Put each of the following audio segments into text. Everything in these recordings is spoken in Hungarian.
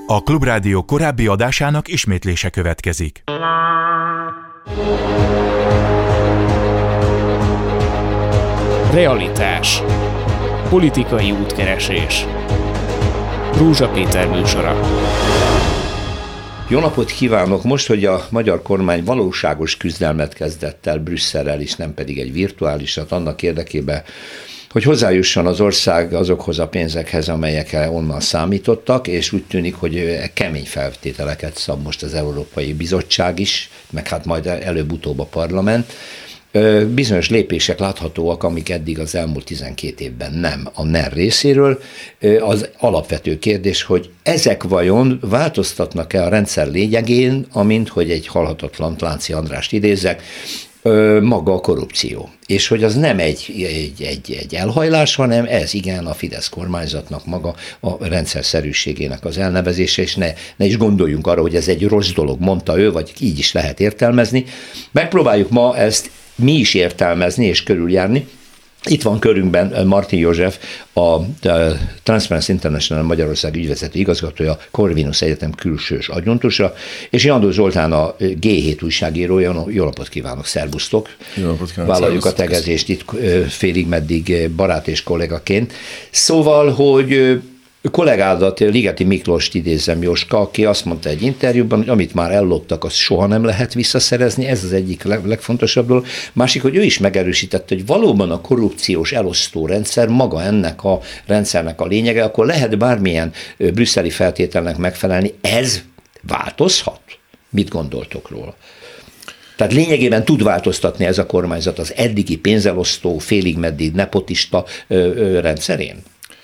A Klubrádió korábbi adásának ismétlése következik. Realitás. Politikai útkeresés. Rózsa Péter műsora. Jó napot kívánok! Most, hogy a magyar kormány valóságos küzdelmet kezdett el Brüsszellel is, nem pedig egy virtuálisat, annak érdekében, hogy hozzájusson az ország azokhoz a pénzekhez, amelyekre onnan számítottak, és úgy tűnik, hogy kemény feltételeket szab most az Európai Bizottság is, meg hát majd előbb-utóbb a parlament. Bizonyos lépések láthatóak, amik eddig az elmúlt 12 évben nem a NER részéről. Az alapvető kérdés, hogy ezek vajon változtatnak-e a rendszer lényegén, amint hogy egy halhatatlan Lánci Andrást idézzek, maga a korrupció. És hogy az nem egy elhajlás, hanem ez igen a Fidesz kormányzatnak maga a rendszerszerűségének az elnevezése, és ne is gondoljunk arra, hogy ez egy rossz dolog, mondta ő, vagy így is lehet értelmezni. Megpróbáljuk ma ezt mi is értelmezni és körüljárni. Itt van körünkben Martin József, a Transparency International Magyarország ügyvezető igazgatója, Corvinus Egyetem külsős adjunktusa, és Jandó Zoltán a G7 újságírója. Jó napot kívánok, szervusztok! Jó napot kívánok! Vállaljuk a tegezést itt félig meddig barát és kollégaként. Szóval, hogy kollégádat, Ligeti Miklóst idézem, Jóska, aki azt mondta egy interjúban, hogy amit már elloptak, azt soha nem lehet visszaszerezni, ez az egyik legfontosabb dolog. Másik, hogy ő is megerősítette, hogy valóban a korrupciós elosztó rendszer maga ennek a rendszernek a lényege, akkor lehet bármilyen brüsszeli feltételnek megfelelni. Ez változhat? Mit gondoltok róla? Tehát lényegében tud változtatni ez a kormányzat az eddigi pénzelosztó, félig meddig nepotista rendszerén?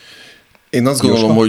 Én azt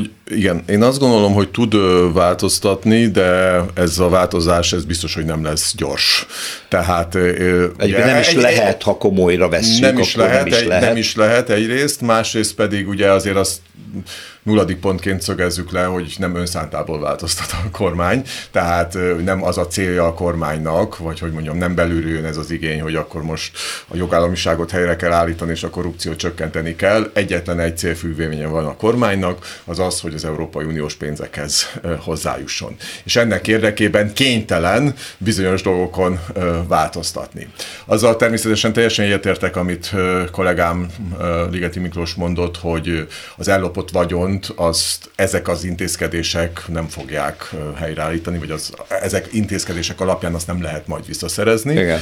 gondolom, hogy tud változtatni, de ez a változás, ez biztos, hogy nem lesz gyors. Tehát nem is lehet, ha komolyra vesszük, nem is lehet egyrészt, másrészt pedig ugye azért azt nulladik pontként szögezzük le, hogy nem önszántából változtat a kormány, tehát nem az a célja a kormánynak, vagy hogy mondjam, nem belülről jön ez az igény, hogy akkor most a jogállamiságot helyre kell állítani, és a korrupciót csökkenteni kell. Egyetlen egy célfűvénye van a kormánynak, az az, hogy az Európai Uniós pénzekhez hozzájusson. És ennek érdekében kénytelen bizonyos dolgokon változtatni. Azzal természetesen teljesen egyetértek, amit kollégám Ligeti Miklós mondott, hogy az ellopott vagyon azt ezek az intézkedések nem fogják helyreállítani, vagy ezek intézkedések alapján azt nem lehet majd visszaszerezni. Igen.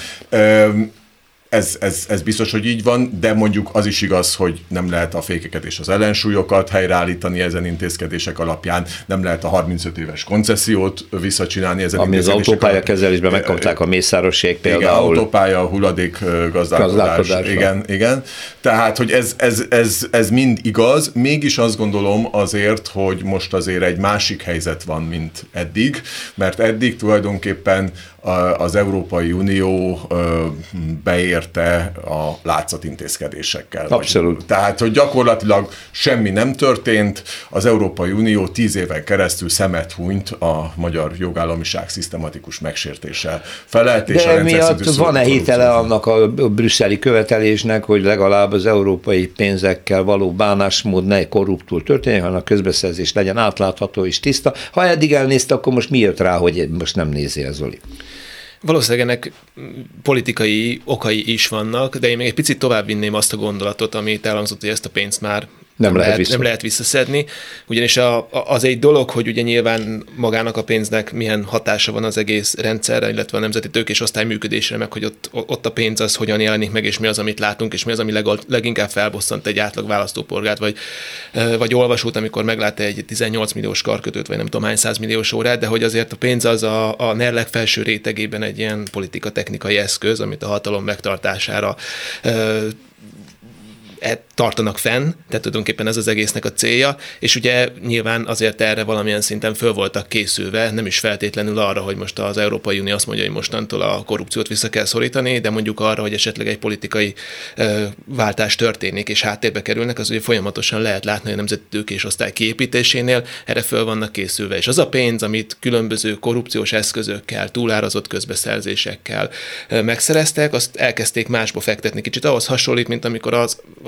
Ez biztos, hogy így van, de mondjuk az is igaz, hogy nem lehet a fékeket és az ellensúlyokat helyreállítani ezen intézkedések alapján, nem lehet a 35 éves koncesziót visszacsinálni ezen ami az autópályakezelésben megkapták a Mészárosék például. Igen, autópálya, hulladék gazdálkodás. Igen. Tehát, hogy ez mind igaz, mégis azt gondolom azért, hogy most azért egy másik helyzet van, mint eddig, mert eddig tulajdonképpen az Európai Unió beérte a látszatintézkedésekkel. Abszolút. Tehát, hogy gyakorlatilag semmi nem történt, az Európai Unió 10 éven keresztül szemet hunyt a magyar jogállamiság szisztematikus megsértése felett. De miatt van-e hitele annak a brüsszeli követelésnek, hogy legalább az európai pénzekkel való bánásmód ne korruptul történjen, hanem a közbeszerzés legyen átlátható és tiszta. Ha eddig elnézte, akkor most mi jött rá, hogy most nem nézi ez, Zoli? Valószínűleg ennek politikai okai is vannak, de én még egy picit tovább vinném azt a gondolatot, amit elhangzott, hogy ezt a pénzt már nem lehet visszaszedni, ugyanis az egy dolog, hogy ugye nyilván magának a pénznek milyen hatása van az egész rendszerre, illetve a nemzeti tőkés osztály működésre, meg hogy ott a pénz az hogyan jelenik meg, és mi az, amit látunk, és mi az, ami leginkább felbosszant egy átlag választópolgárt, vagy olvasót, amikor meglát egy 18 milliós karkötőt, vagy nem tudom hány 100 milliós órát, de hogy azért a pénz az a NER legfelső rétegében egy ilyen politika-technikai eszköz, amit a hatalom megtartására tartanak fenn, tehát tulajdonképpen ez az egésznek a célja, és ugye nyilván azért erre valamilyen szinten föl voltak készülve, nem is feltétlenül arra, hogy most az Európai Unió azt mondja, hogy mostantól a korrupciót vissza kell szorítani, de mondjuk arra, hogy esetleg egy politikai váltás történik, és háttérbe kerülnek, az ugye folyamatosan lehet látni, hogy a nemzeti tőkés osztály kiépítésénél erre föl vannak készülve. És az a pénz, amit különböző korrupciós eszközökkel, túlárazott közbeszerzésekkel megszereztek, azt elkezdték másba fektetni. Kicsit ahhoz hasonlít, mint amikor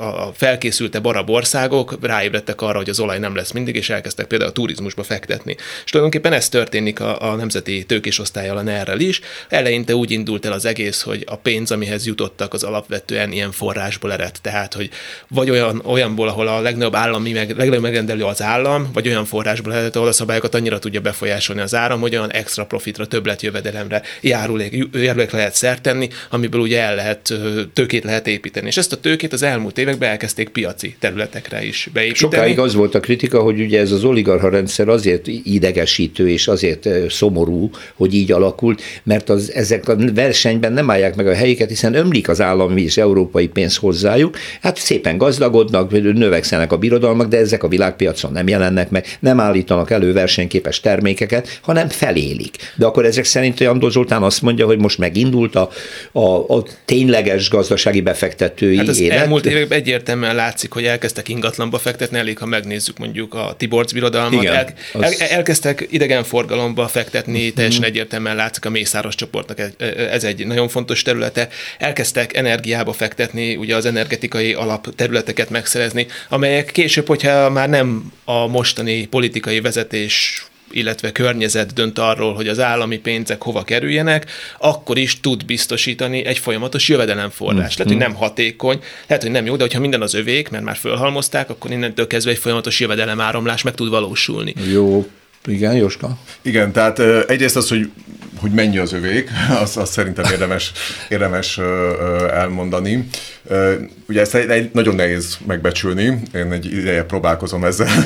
a felkészültebb arab országok ráébredtek arra, hogy az olaj nem lesz mindig, és elkezdtek például a turizmusba fektetni. És tulajdonképpen ez történik a nemzeti tőkésosztállyal, a NER-rel is. Eleinte úgy indult el az egész, hogy a pénz, amihez jutottak, az alapvetően ilyen forrásból eredt. Tehát, hogy vagy olyanból, ahol a legnagyobb megrendelő az állam, vagy olyan forrásból eredt, ahol a szabályokat annyira tudja befolyásolni az áram, hogy olyan extra profitra, többletjövedelemre járulék lehet szert tenni, amiből ugye tőkét lehet építeni. És ezt a tőkét az elmúlt években elkezdték piaci területekre is beépíteni. Sokáig az volt a kritika, hogy ugye ez az oligarcha rendszer azért idegesítő és azért szomorú, hogy így alakult, mert ezek a versenyben nem állják meg a helyüket, hiszen ömlik az állami és európai pénz hozzájuk, hát szépen gazdagodnak, növekszenek a birodalmak, de ezek a világpiacon nem jelennek meg, nem állítanak elő versenyképes termékeket, hanem felélik. De akkor ezek szerint Andor Zoltán azt mondja, hogy most megindult a tényleges gazdasági befektetői hát az élet. Elmúlt években egyértelműen látszik, hogy elkezdtek ingatlanba fektetni, elég, ha megnézzük mondjuk a Tiborcs birodalmat. Igen, elkezdtek idegenforgalomba fektetni, teljesen egyértelműen látszik a Mészáros csoportnak, ez egy nagyon fontos területe. Elkezdtek energiába fektetni, ugye az energetikai alapterületeket megszerezni, amelyek később, hogyha már nem a mostani politikai vezetés illetve környezet dönt arról, hogy az állami pénzek hova kerüljenek, akkor is tud biztosítani egy folyamatos jövedelemforrás. Lehet, hogy nem hatékony, lehet, hogy nem jó, de hogyha minden az övék, mert már fölhalmozták, akkor innentől kezdve egy folyamatos jövedelemáramlás meg tud valósulni. Jó. Igen, Jóska? Igen, tehát egyrészt az, hogy mennyi az övék, azt szerintem érdemes elmondani. Ugye ezt nagyon nehéz megbecsülni, én egy ideje próbálkozom ezzel,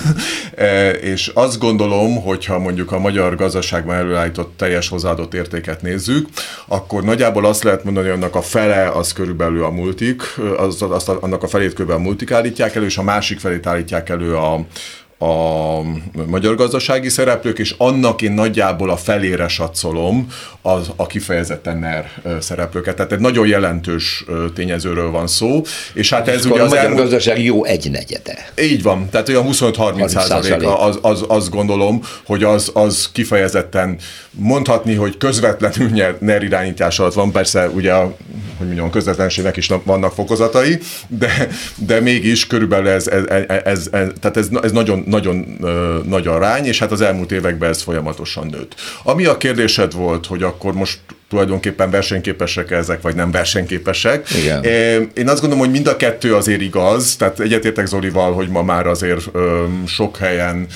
és azt gondolom, hogyha mondjuk a magyar gazdaságban előállított teljes hozzáadott értéket nézzük, akkor nagyjából azt lehet mondani, hogy annak a fele az körülbelül a multik, annak a felét körülbelül a multik állítják elő, és a másik felét állítják elő a magyar gazdasági szereplők, és annak én nagyjából a felére satszolom a kifejezetten NER szereplőket. Tehát egy nagyon jelentős tényezőről van szó, és hát ez ugye az magyar gazdaság jó egynegyede. Így van, tehát olyan 25-30%, azt gondolom, hogy az kifejezetten mondhatni, hogy közvetlenül NER irányítás alatt van, persze ugye hogy mondjam, a közvetlenségnek is vannak fokozatai, de mégis körülbelül ez nagyon nagy arány, és hát az elmúlt években ez folyamatosan nőtt. Ami a kérdésed volt, hogy akkor most tulajdonképpen versenyképesek ezek, vagy nem versenyképesek. Igen. Én azt gondolom, hogy mind a kettő azért igaz, tehát egyetértek Zolival, hogy ma már azért sok helyen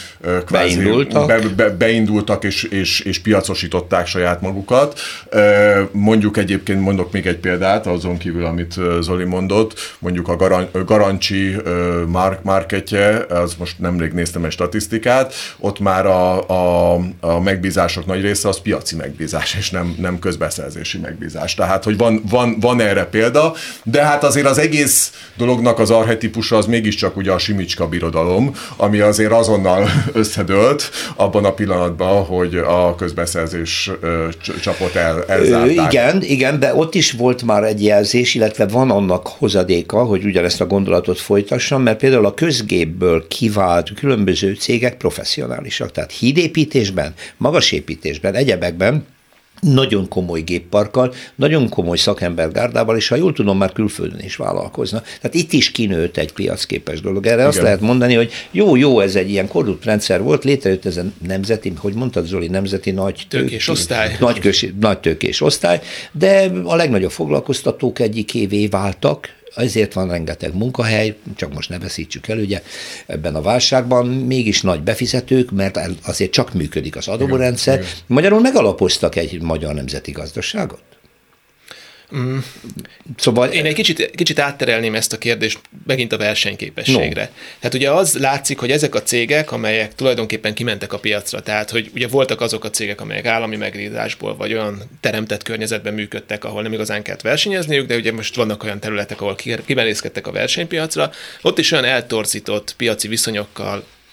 beindultak és piacosították saját magukat. Mondok még egy példát, azon kívül, amit Zoli mondott, mondjuk a Garancsi marketje, az most nemrég néztem egy statisztikát, ott már a megbízások nagy része az piaci megbízás, és nem közbeszerzési megbízás. Tehát, hogy van erre példa, de hát azért az egész dolognak az archetipusa az mégiscsak ugye a Simicska birodalom, ami azért azonnal összedőlt abban a pillanatban, hogy a közbeszerzés csapot elzárták. Igen, de ott is volt már egy jelzés, illetve van annak hozadéka, hogy ugyanezt a gondolatot folytassam, mert például a közgépből kivált különböző cégek professzionálisak, tehát hídépítésben, magasépítésben, egyebekben nagyon komoly gépparkkal, nagyon komoly szakembergárdával, és ha jól tudom, már külföldön is vállalkoznak. Tehát itt is kinőtt egy piacképes dolog. Erre azt lehet mondani, hogy jó, ez egy ilyen korrupt rendszer volt, létrejött ez a nemzeti, hogy mondtad Zoli, nemzeti nagy tőkés osztály, de a legnagyobb foglalkoztatók egyikévé váltak, ezért van rengeteg munkahely, csak most ne veszítsük el, ugye, ebben a válságban, mégis nagy befizetők, mert azért csak működik az adórendszer. Igen. Magyarul megalapoztak egy magyar nemzeti gazdaságot? Szóval én egy kicsit átterelném ezt a kérdést megint a versenyképességre. Tehát ugye az látszik, hogy ezek a cégek, amelyek tulajdonképpen kimentek a piacra, tehát hogy ugye voltak azok a cégek, amelyek állami megbízásból vagy olyan teremtett környezetben működtek, ahol nem igazán kellett versenyezniük, de ugye most vannak olyan területek, ahol kimerészkedtek a versenypiacra, ott is olyan eltorzított piaci viszonyokkal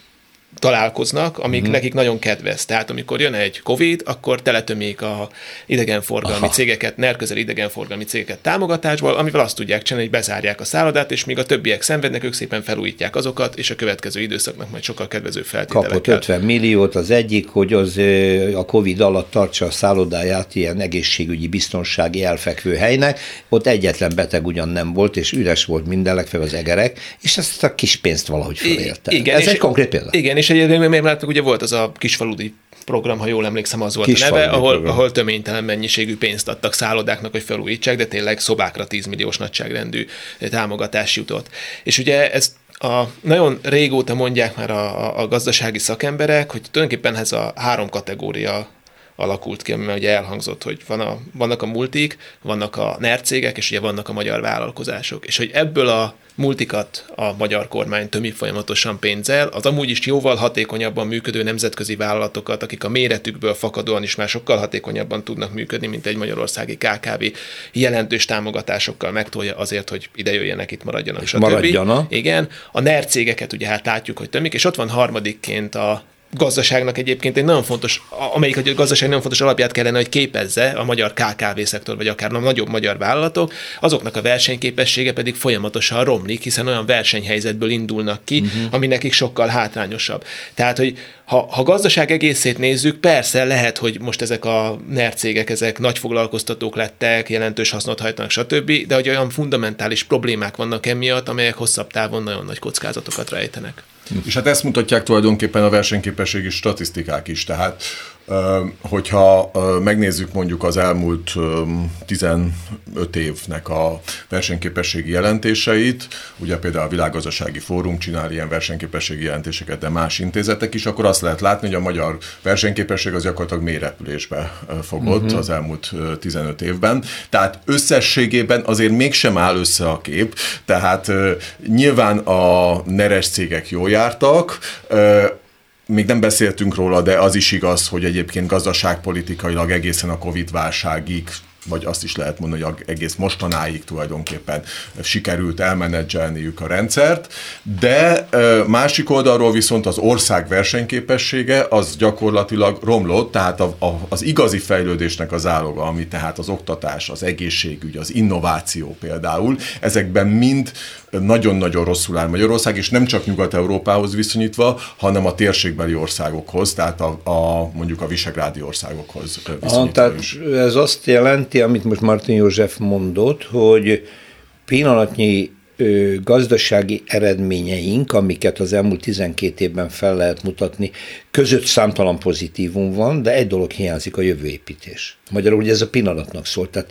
találkoznak, amik nekik nagyon kedvez. Tehát amikor jön egy Covid, akkor teletömik a idegenforgalmi cégeket, NER-közel idegenforgalmi cégeket támogatásból, amivel azt tudják csinálni, hogy bezárják a szállodát, és míg a többiek szenvednek, ők szépen felújítják azokat, és a következő időszaknak majd sokkal kedvező feltételekkel. Kapott 50 milliót az egyik, hogy az a Covid alatt tartsa a szállodáját ilyen egészségügyi, biztonsági elfekvő helynek. Ott egyetlen beteg ugyan nem volt, és üres volt minden, legfeljebb az egerek, és ezt a kis pénzt valahogy felérte. Ez egy konkrét példa. Igen, és egyébként ugye volt az a kisfaludi program, ha jól emlékszem, az volt a neve, ahol töménytelen mennyiségű pénzt adtak szállodáknak, hogy felújítsák, de tényleg szobákra 10 milliós nagyságrendű támogatás jutott. És ugye ezt nagyon régóta mondják már a gazdasági szakemberek, hogy tulajdonképpen ez a 3 kategória alakult ki, ami ugye elhangzott, hogy vannak a multik, vannak a NER cégek, és ugye vannak a magyar vállalkozások. És hogy ebből a multikat a magyar kormány tömi folyamatosan pénzzel, az amúgy is jóval hatékonyabban működő nemzetközi vállalatokat, akik a méretükből fakadóan is már sokkal hatékonyabban tudnak működni, mint egy magyarországi KKV, jelentős támogatásokkal megtolja azért, hogy ide jöjjenek, itt maradjanak, stb. Igen, a NER cégeket ugye hát látjuk, hogy tömik, és ott van harmadikként a gazdaságnak egyébként egy nagyon fontos, amelyik a gazdaság nagyon fontos alapját kellene, hogy képezze a magyar KKV-szektor, vagy akár a nagyobb magyar vállalatok, azoknak a versenyképessége pedig folyamatosan romlik, hiszen olyan versenyhelyzetből indulnak ki, ami nekik sokkal hátrányosabb. Tehát, hogy ha gazdaság egészét nézzük, persze lehet, hogy most ezek a NER cégek, ezek nagy foglalkoztatók lettek, jelentős hasznot hajtanak, stb., de hogy olyan fundamentális problémák vannak emiatt, amelyek hosszabb távon nagyon nagy kockázatokat rejtenek. És hát ezt mutatják tulajdonképpen a versenyképességi statisztikák is, tehát hogyha megnézzük mondjuk az elmúlt 15 évnek a versenyképességi jelentéseit, ugye például a Világgazdasági Fórum csinál ilyen versenyképességi jelentéseket, de más intézetek is, akkor azt lehet látni, hogy a magyar versenyképesség az gyakorlatilag mélyrepülésbe fogott az elmúlt 15 évben. Tehát összességében azért mégsem áll össze a kép, tehát nyilván a NER-es cégek jól jártak, még nem beszéltünk róla, de az is igaz, hogy egyébként gazdaságpolitikailag egészen a Covid-válságig, vagy azt is lehet mondani, hogy egész mostanáig tulajdonképpen sikerült elmenedzselniük a rendszert, de másik oldalról viszont az ország versenyképessége az gyakorlatilag romlott, tehát az igazi fejlődésnek az záloga, ami tehát az oktatás, az egészségügy, az innováció például, ezekben mind nagyon-nagyon rosszul áll Magyarország, és nem csak Nyugat-Európához viszonyítva, hanem a térségbeli országokhoz, tehát mondjuk a visegrádi országokhoz viszonyítva is. Ez azt jelenti, amit most Martin József mondott, hogy pillanatnyi gazdasági eredményeink, amiket az elmúlt 12 évben fel lehet mutatni, között számtalan pozitívum van, de egy dolog hiányzik, a jövőépítés. Magyarul ugye ez a pillanatnak szól, tehát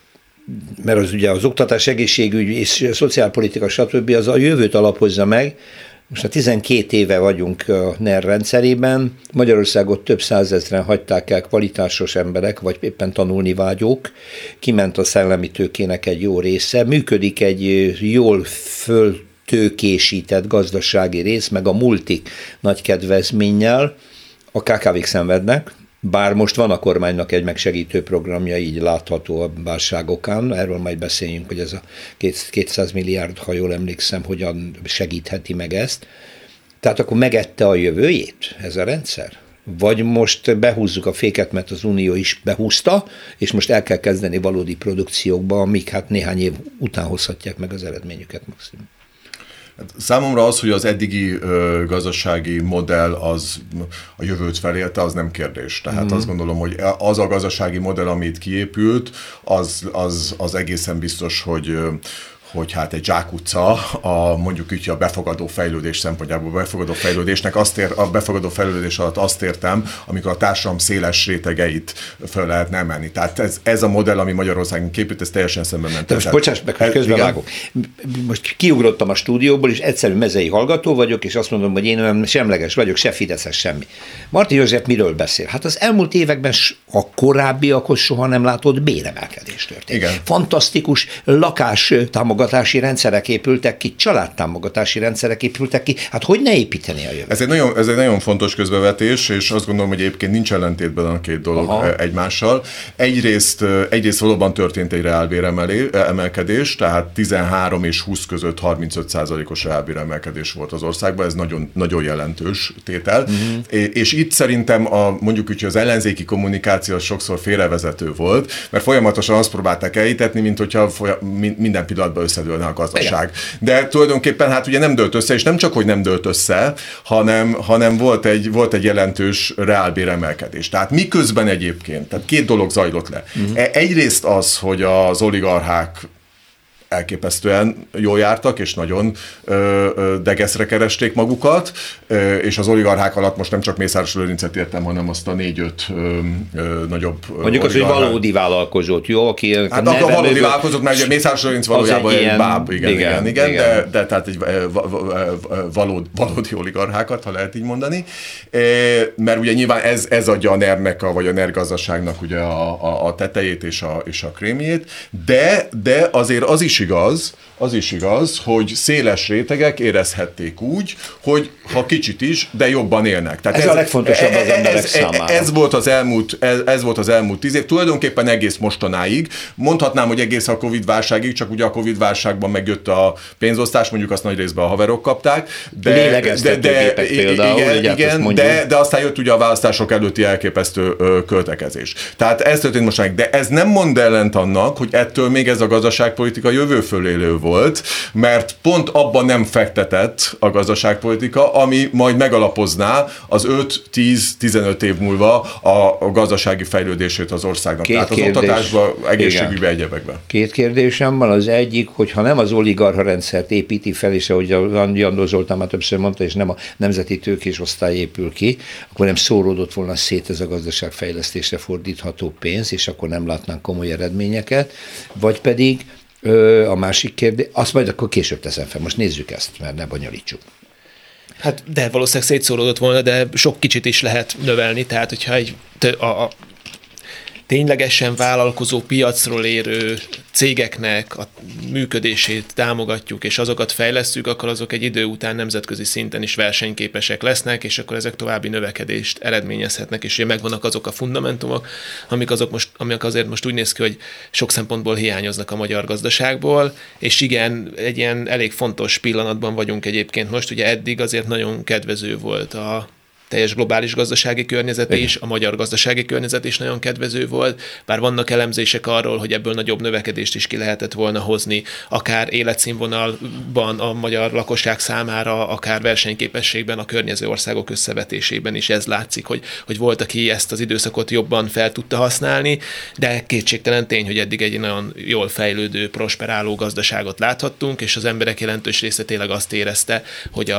mert az ugye az oktatás, egészségügy és szociálpolitika, stb. Az a jövőt alapozza meg. Most 12 éve vagyunk a NER rendszerében, Magyarországot több százezren hagyták el kvalitásos emberek, vagy éppen tanulni vágyók, kiment a szellemi tőkének egy jó része, működik egy jól föltőkésített gazdasági rész, meg a multik nagy kedvezménnyel, a KKV-k szenvednek, bár most van a kormánynak egy megsegítő programja, így látható a válságokán, erről majd beszéljünk, hogy ez a 200 milliárd, ha jól emlékszem, hogyan segítheti meg ezt. Tehát akkor megette a jövőjét ez a rendszer? Vagy most behúzzuk a féket, mert az Unió is behúzta, és most el kell kezdeni valódi produkciókba, amik hát néhány év után hozhatják meg az eredményüket maximum. Számomra az, hogy az eddigi gazdasági modell az a jövőt felélte, az nem kérdés. Tehát azt gondolom, hogy az a gazdasági modell, amit kiépült, az egészen biztos, hogy hát egy zsákutca, mondjuk így a befogadó fejlődés szempontjából, a befogadó fejlődésnek a befogadó fejlődés alatt azt értem, amikor a társadalom széles rétegeit föl lehetne emelni. Tehát ez a modell, ami Magyarországon képült, ez teljesen szemben ment. Most bocsáss meg, hogy közbevágok. Most kiugrottam a stúdióból, és egyszerű mezei hallgató vagyok, és azt mondom, hogy én olyan semleges vagyok, se fideszes, semmi. Martin József miről beszél? Hát az elmúlt években a korábbiakhoz soha nem látott béremelkedés történt. Igen. Fantasztikus lakás támogatás támogatási rendszerek épültek ki, családtámogatási rendszerek épültek ki, hát hogy ne építeni a jövőt? Ez egy nagyon fontos közbevetés, és azt gondolom, hogy egyébként nincs ellentétben a két dolog egymással. Egyrészt valóban történt egy reálbéremelkedés, tehát 13 és 20 között 35%-os reálbéremelkedés volt az országban, ez nagyon, nagyon jelentős tétel. És itt szerintem mondjuk úgy, hogy az ellenzéki kommunikáció sokszor félrevezető volt, mert folyamatosan azt próbálták elhitetni, mint hogyha minden pillanatban összedőlne a gazdaság. De tulajdonképpen hát ugye nem dőlt össze, és nem csak, hogy nem dőlt össze, hanem volt egy jelentős reálbéremelkedés. Tehát miközben egyébként, tehát két dolog zajlott le. Egyrészt az, hogy az oligarchák elképesztően jól jártak, és nagyon degeszre keresték magukat, és az oligarchák alatt most nem csak Mészáros Lőrincet értem, hanem azt a 4-5 nagyobb mondjuk az, hogy valódi vállalkozót, jó? Aki hát a valódi vállalkozót, mert ugye Mészáros Lőrinc valójában egy báb, igen, de tehát egy valódi oligarchákat, ha lehet így mondani, mert ugye nyilván ez adja a NER-nek, vagy a NER gazdaságnak ugye a tetejét és a krémjét, de azért az is igaz, hogy széles rétegek érezhették úgy, hogy ha kicsit is, de jobban élnek. Tehát ez a legfontosabb az emberek számára. Ez volt az elmúlt 10 év, tulajdonképpen egész mostanáig. Mondhatnám, hogy egész a Covid-válságig, csak ugye a Covid-válságban megjött a pénzosztás, mondjuk azt nagy részben a haverok kapták. Lélegeztetőgépek például. Igen, de aztán jött ugye a választások előtti elképesztő költekezés. Tehát ez történt mostanáig, de ez nem mond ellent annak, hogy ettől még ez a gazdaságpolitika jövőfölélő volt, mert pont abban nem fektetett a gazdaságpolitika, ami majd megalapozná az 5-10-15 év múlva a gazdasági fejlődését az országnak. Tehát az oktatásban, egészségügyben, egyebekben. Két kérdésem van. Az egyik, hogy ha nem az oligarcha rendszert építi fel, és ahogy Jandó Zoltán már többször mondta, és nem a nemzeti tőkés osztály épül ki, akkor nem szóródott volna szét ez a gazdaságfejlesztésre fordítható pénz, és akkor nem látnánk komoly eredményeket, vagy pedig a másik kérdés, azt majd akkor később teszem fel, most nézzük ezt, mert ne bonyolítsuk. Hát de valószínűleg szétszóródott volna, de sok kicsit is lehet növelni, tehát hogyha a ténylegesen vállalkozó piacról érő cégeknek a működését támogatjuk, és azokat fejlesztjük, akkor azok egy idő után nemzetközi szinten is versenyképesek lesznek, és akkor ezek további növekedést eredményezhetnek, és ugye megvannak azok a fundamentumok, amik azért most úgy néz ki, hogy sok szempontból hiányoznak a magyar gazdaságból, és igen, egy ilyen elég fontos pillanatban vagyunk egyébként most, ugye eddig azért nagyon kedvező volt a teljes globális gazdasági környezet is, a magyar gazdasági környezet is nagyon kedvező volt, bár vannak elemzések arról, hogy ebből nagyobb növekedést is ki lehetett volna hozni, akár életszínvonalban a magyar lakosság számára, akár versenyképességben a környező országok összevetésében is ez látszik, hogy volt, aki ezt az időszakot jobban fel tudta használni, de kétségtelen tény, hogy eddig egy nagyon jól fejlődő, prosperáló gazdaságot láthattunk, és az emberek jelentős része tényleg azt érezte, hogy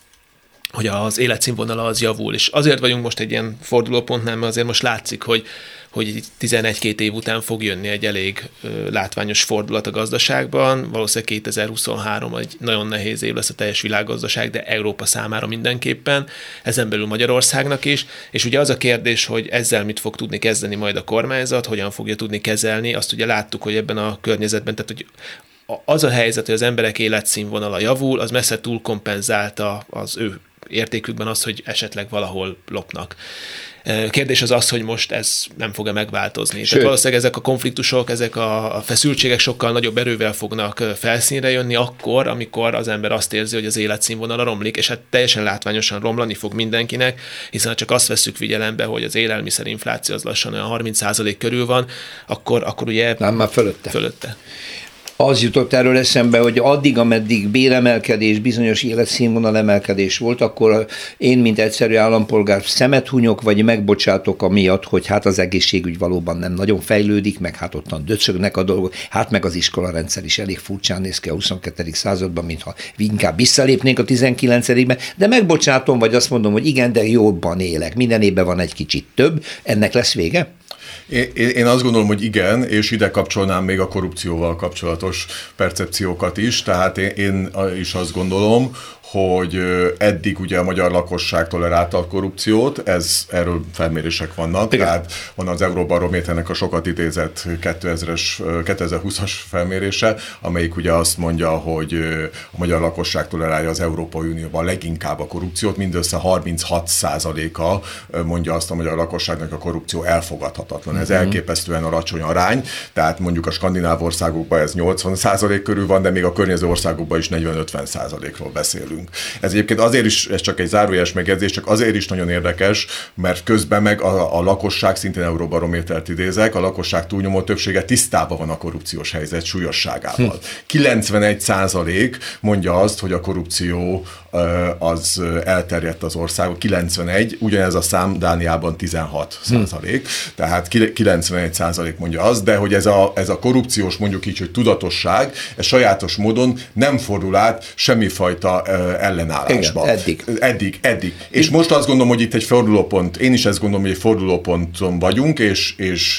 az életszínvonala az javul, és azért vagyunk most egy ilyen fordulópontnál, mert azért most látszik, hogy 11-2 év után fog jönni egy elég látványos fordulat a gazdaságban. Valószínűleg 2023 egy nagyon nehéz év lesz a teljes világgazdaság, de Európa számára mindenképpen, ezen belül Magyarországnak is. És ugye az a kérdés, hogy ezzel mit fog tudni kezdeni majd a kormányzat, hogyan fogja tudni kezelni, azt ugye láttuk, hogy ebben a környezetben, tehát hogy az a helyzet, hogy az emberek életszínvonala javul, az messze túl kompenzálta az ő értékükben az, hogy esetleg valahol lopnak. Kérdés az, hogy most ez nem fog-e megváltozni. Tehát valószínűleg ezek a konfliktusok, ezek a feszültségek sokkal nagyobb erővel fognak felszínre jönni akkor, amikor az ember azt érzi, hogy az életszínvonala romlik, és hát teljesen látványosan romlani fog mindenkinek, hiszen csak azt vesszük figyelembe, hogy az élelmiszerinfláció az lassan olyan 30% körül van, akkor ugye... Nem, már fölötte. Az jutott erről eszembe, hogy addig, ameddig béremelkedés, bizonyos életszínvonal emelkedés volt, akkor én, mint egyszerű állampolgár szemet hunyok, vagy megbocsátok amiatt, hogy hát az egészségügy valóban nem nagyon fejlődik, meg hát ottan döcögnek a dolgok, hát meg az iskolarendszer is elég furcsán néz ki a 22. században, mintha inkább visszalépnénk a 19-ben, de megbocsátom, vagy azt mondom, hogy igen, de jobban élek, minden évben van egy kicsit több, ennek lesz vége? Én azt gondolom, hogy igen, és ide kapcsolnám még a korrupcióval kapcsolatos percepciókat is, tehát én is azt gondolom, hogy eddig ugye a magyar lakosság tolerálta a korrupciót, erről felmérések vannak, igen. Tehát van az Euróbarométernek a sokat idézett 2020-as felmérése, amelyik ugye azt mondja, hogy a magyar lakosság tolerálja az Európai Unióban leginkább a korrupciót, mindössze 36%-a mondja azt a magyar lakosságnak, a korrupció elfogadhatatlan. Ez elképesztően alacsony arány, tehát mondjuk a skandináv országokban ez 80% körül van, de még a környező országokban is 40-50%-ról beszélünk. Ez egyébként azért is, ez csak egy zárójeles megjegyzés, csak azért is nagyon érdekes, mert közben meg a lakosság, szintén Euróbarométert idézek, a lakosság túlnyomó többsége tisztában van a korrupciós helyzet súlyosságával. 91% mondja azt, hogy a korrupció az elterjedt az országban, 91, ugyanez a szám Dániában 16%, tehát 91% mondja azt, de hogy ez a korrupciós, mondjuk így, hogy tudatosság, ez sajátos módon nem fordul át semmifajta ellenállásba. Igen, eddig. És most azt gondolom, hogy itt egy fordulópont, én is ezt gondolom, hogy egy fordulóponton vagyunk, és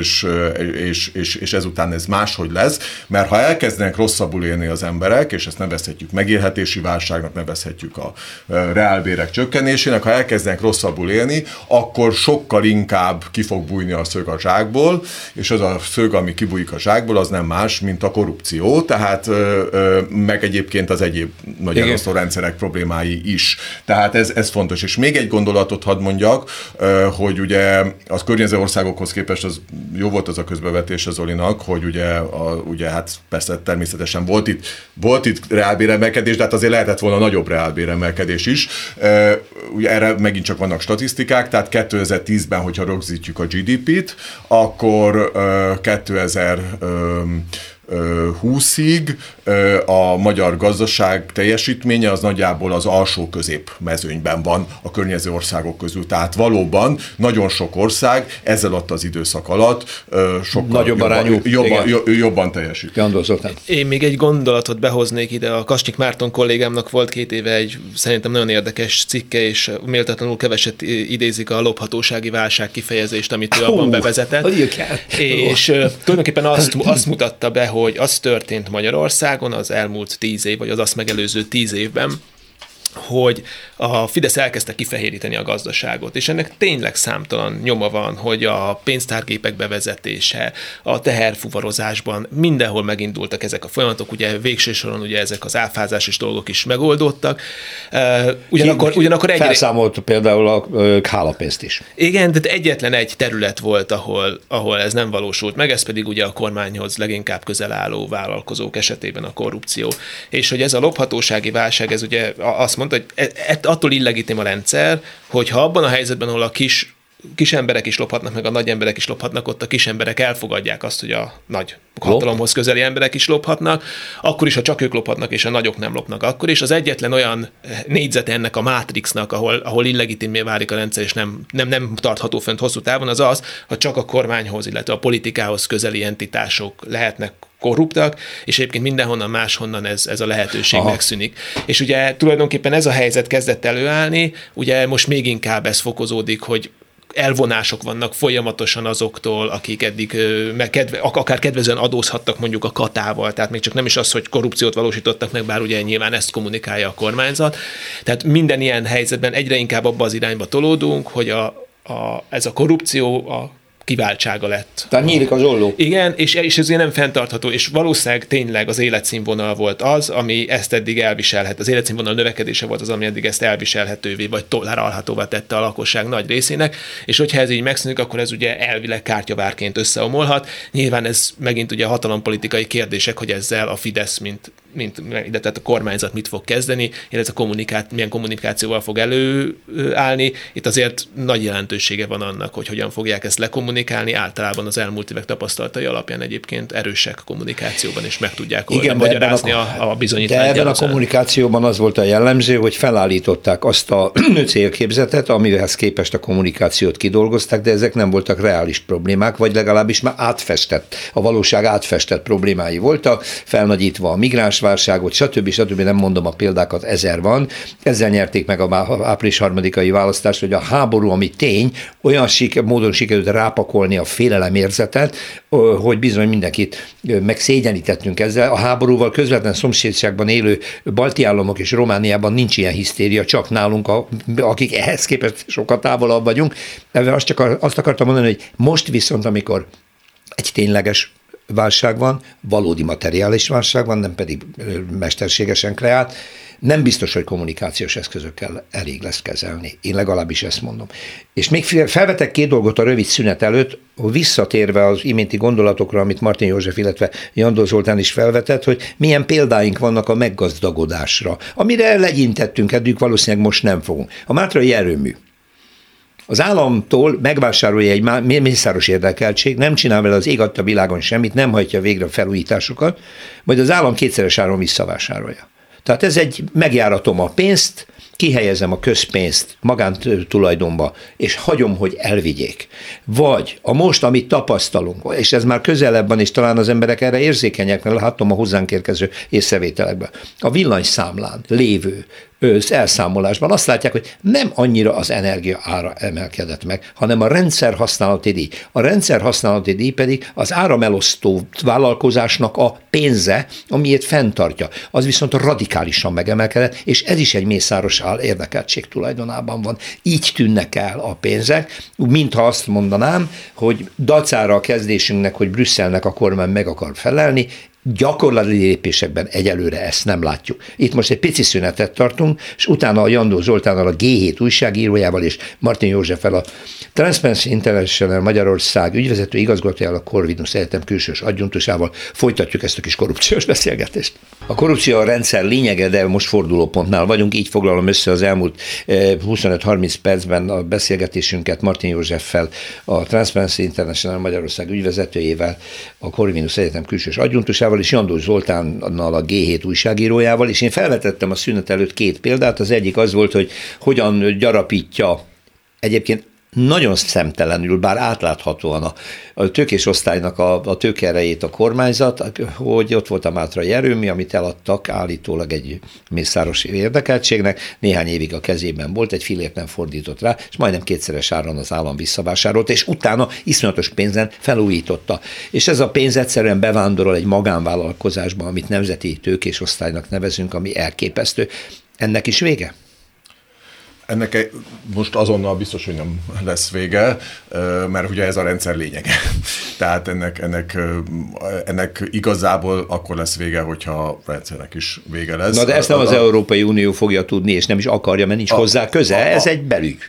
ezután ez máshogy lesz, mert ha elkezdenek rosszabbul élni az emberek, és ezt nevezhetjük megélhetési válságnak, nevezhetjük a reálbérek csökkenésének, ha elkezdenek rosszabbul élni, akkor sokkal inkább ki fog bújni a szög a zsákból, és az a szög, ami kibújik a zsákból, az nem más, mint a korrupció, tehát meg egyébként az egyéb nagy elosztó rendszerek problémái is. Tehát ez fontos. És még egy gondolatot hadd mondjak, hogy ugye az környező országokhoz képest az jó volt az a közbevetés az Zolinak, hogy ugye hát persze természetesen volt itt reálbéremelkedés, de hát azért lehetett volna nagyobb reálbéremelkedés is. Ugye erre megint csak vannak statisztikák, tehát 2010-ben, hogyha rögzítjük a GDP-t, akkor 2020-ig a magyar gazdaság teljesítménye az nagyjából az alsó-közép mezőnyben van a környező országok közül. Tehát valóban nagyon sok ország ezzel ott az időszak alatt sokkal jobban teljesít. Én még egy gondolatot behoznék ide. A Kasnyik Márton kollégámnak volt 2 éve egy szerintem nagyon érdekes cikke, és méltatlanul keveset idézik a lophatósági válság kifejezést, amit ő abban bevezetett. És tulajdonképpen azt mutatta be, hogy az történt Magyarországon az elmúlt 10 év, vagy az azt megelőző 10 évben, hogy a Fidesz elkezdte kifehéríteni a gazdaságot, és ennek tényleg számtalan nyoma van, hogy a pénztárgépek bevezetése, a teherfuvarozásban mindenhol megindultak ezek a folyamatok, ugye végső soron ugye ezek az áfázásos dolgok is megoldódtak. Ugyanakkor felszámolt például a hálapénzt is. Igen, de egyetlen egy terület volt, ahol ez nem valósult meg, ez pedig ugye a kormányhoz leginkább közel álló vállalkozók esetében a korrupció. És hogy ez a lophatósági válság, ez ugye azt mondta, hogy attól illegitim a rendszer, hogy ha abban a helyzetben, ahol a kis emberek is lophatnak, meg a nagy emberek is lophatnak, ott a kis emberek elfogadják azt, hogy a nagy hatalomhoz közeli emberek is lophatnak, akkor is, ha csak ők lophatnak, és a nagyok nem lopnak, akkor is. Az egyetlen olyan négyzete ennek a mátrixnak, ahol illegitimé válik a rendszer, és nem tartható fent hosszú távon, az az, ha csak a kormányhoz, illetve a politikához közeli entitások lehetnek korruptak, és egyébként mindenhonnan máshonnan ez a lehetőség megszűnik. És ugye tulajdonképpen ez a helyzet kezdett előállni, ugye most még inkább ez fokozódik, hogy elvonások vannak folyamatosan azoktól, akik eddig akár kedvezően adózhattak mondjuk a katával, tehát még csak nem is az, hogy korrupciót valósítottak meg, bár ugye nyilván ezt kommunikálja a kormányzat. Tehát minden ilyen helyzetben egyre inkább abba az irányba tolódunk, hogy ez a korrupció a kiváltsága lett. Tehát nyílik az olló. Igen, és ez nem fenntartható, és valószínűleg tényleg az életszínvonal volt az, ami ezt eddig elviselhet. Az életszínvonal növekedése volt az, ami eddig ezt elviselhetővé, vagy tolerálhatóvá tette a lakosság nagy részének, és hogyha ez így megszűnik, akkor ez ugye elvileg kártyavárként összeomolhat. Nyilván ez megint ugye hatalompolitikai kérdések, hogy ezzel a Fidesz, tehát a kormányzat mit fog kezdeni, illetve milyen kommunikációval fog előállni. Itt azért nagy jelentősége van annak, hogy hogyan fogják ezt lekommunikálni. Általában az elmúlt évek tapasztalatai alapján egyébként erősek kommunikációban, és meg tudják magyarázni a bizonyítványt. De ebben a kommunikációban az volt a jellemző, hogy felállították azt a célképzetet, amihez képest a kommunikációt kidolgozták, de ezek nem voltak reális problémák, vagy legalábbis már a valóság átfestett problémái voltak, felnagyítva a migráns lakásválságot, stb. Nem mondom a példákat, 1000 van. Ezzel nyerték meg a április 3-ai választást, hogy a háború, ami tény, olyan módon sikerült rápakolni a félelemérzetet, hogy bizony mindenkit megszégyenítettünk ezzel. A háborúval közvetlen szomszédságban élő balti államok és Romániában nincs ilyen hisztéria, csak nálunk, akik ehhez képest sokkal távolabb vagyunk. Azt akartam mondani, hogy most viszont, amikor egy tényleges válság van, valódi materiális válság van, nem pedig mesterségesen kreált, nem biztos, hogy kommunikációs eszközökkel elég lesz kezelni. Én legalábbis ezt mondom. És még felvetek 2 dolgot a rövid szünet előtt, visszatérve az iménti gondolatokra, amit Martin József, illetve Jandó Zoltán is felvetett, hogy milyen példáink vannak a meggazdagodásra, amire legyintettünk eddig, valószínűleg most nem fogunk. A Mátrai erőmű. Az államtól megvásárolja egy mészáros érdekeltség, nem csinál vele az ég adta világon semmit, nem hajtja végre a felújításokat, majd az állam 2-szeres áron visszavásárolja. Tehát ez egy, megjáratom a pénzt, kihelyezem a közpénzt magántulajdonba, és hagyom, hogy elvigyék. Vagy a most, amit tapasztalunk, és ez már közelebb van, és talán az emberek erre érzékenyek, mert látom a hozzánk érkező észrevételekben. A villanyszámlán lévő elszámolásban azt látják, hogy nem annyira az energia ára emelkedett meg, hanem a rendszerhasználati díj. A rendszerhasználati díj pedig az áramelosztó vállalkozásnak a pénze, amiért fenntartja. Az viszont radikálisan megemelkedett, és ez is egy mészáros érdekeltség tulajdonában van. Így tűnnek el a pénzek, mintha azt mondanám, hogy dacára a kezdésünknek, hogy Brüsszelnek a kormány meg akar felelni, gyakorlati lépésekben egyelőre ezt nem látjuk. Itt most egy pici szünetet tartunk, és utána a Jandó Zoltánnal, a G7 újságírójával és Martin Józseffel, a Transparency International Magyarország ügyvezető igazgatójával, a Corvinus Egyetem külsős adjunktusával folytatjuk ezt a kis korrupciós beszélgetést. A korrupció a rendszer lényege, de most fordulópontnál vagyunk, így foglalom össze az elmúlt 25-30 percben a beszélgetésünket Martin Józseffel, a Transparency International Magyarország ügyvezetőjével, a Corvinus Egyetem külsős adjunktusával, és Jandó Zoltánnal, a G7 újságírójával, és én felvetettem a szünet előtt 2 példát. Az egyik az volt, hogy hogyan gyarapítja egyébként nagyon szemtelenül, bár átláthatóan a tőkésosztálynak a tőkeerejét a kormányzat, hogy ott volt a Mátrai erőmű, amit eladtak állítólag egy mészáros érdekeltségnek, néhány évig a kezében volt, egy fillért nem fordított rá, és majdnem 2-szeres áron az állam visszavásárolt, és utána iszonyatos pénzen felújította. És ez a pénz egyszerűen bevándorol egy magánvállalkozásba, amit nemzeti tőkésosztálynak nevezünk, ami elképesztő. Ennek is vége? Ennek most azonnal biztos, hogy nem lesz vége, mert ugye ez a rendszer lényege. Tehát ennek igazából akkor lesz vége, hogyha a rendszernek is vége lesz. Na de ezt nem az Európai Unió fogja tudni, és nem is akarja, mert nincs hozzá köze. Ez egy belügy.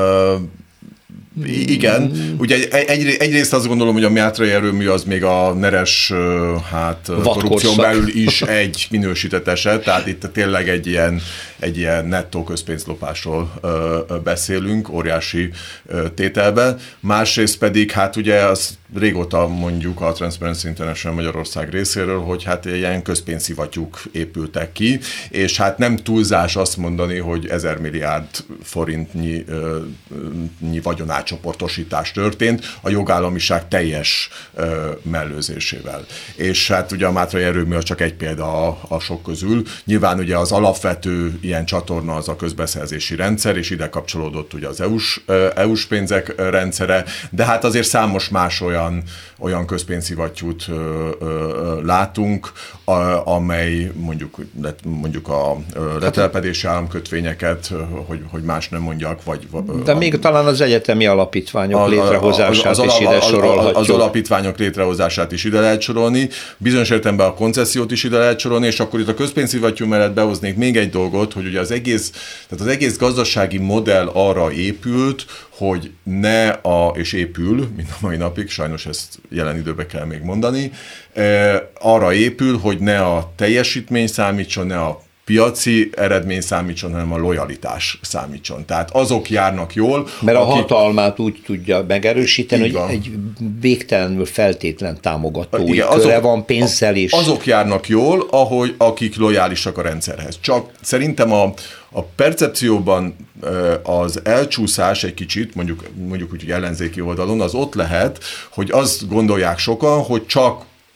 Igen, ugye egyrészt azt gondolom, hogy a Mátrai erőmű az még a neres korrupción belül is egy minősített eset, tehát itt tényleg egy ilyen nettó közpénzlopásról beszélünk, óriási tételben. Másrészt pedig ugye azt régóta mondjuk a Transparency International Magyarország részéről, hogy ilyen közpénzszivattyúk épültek ki, és nem túlzás azt mondani, hogy 1000 milliárd forintnyi vagyonátcsoportosítás történt a jogállamiság teljes mellőzésével. És ugye a Mátrai erőmű az csak egy példa a sok közül. Nyilván ugye az alapvető ilyen csatorna az a közbeszerzési rendszer, és ide kapcsolódott ugye az EU-s pénzek rendszere, de azért számos más olyan közpénzszivattyút látunk, amely mondjuk a letelepedési államkötvényeket, hogy más nem mondjak, de még talán az egyetemi alapítványok létrehozását is ide sorolhatjuk. Az alapítványok létrehozását is ide lehet sorolni, bizonyos értelemben a koncesziót is ide lehet sorolni, és akkor itt a közpénzszivattyú mellett behoznék még egy dolgot, hogy ugye az egész gazdasági modell arra épült, hogy és épül, mint a mai napig, sajnos ezt jelen időben kell még mondani, arra épül, hogy ne a teljesítmény számítson, ne a piaci eredmény számítson, hanem a lojalitás számítson. Tehát azok járnak jól. Mert a hatalmát úgy tudja megerősíteni, hogy egy végtelenül feltétlen támogatói köre van pénzzel is. Azok járnak jól, akik lojálisak a rendszerhez. Csak szerintem a percepcióban az elcsúszás egy kicsit, mondjuk úgy ellenzéki oldalon, az ott lehet, hogy azt gondolják sokan, hogy csak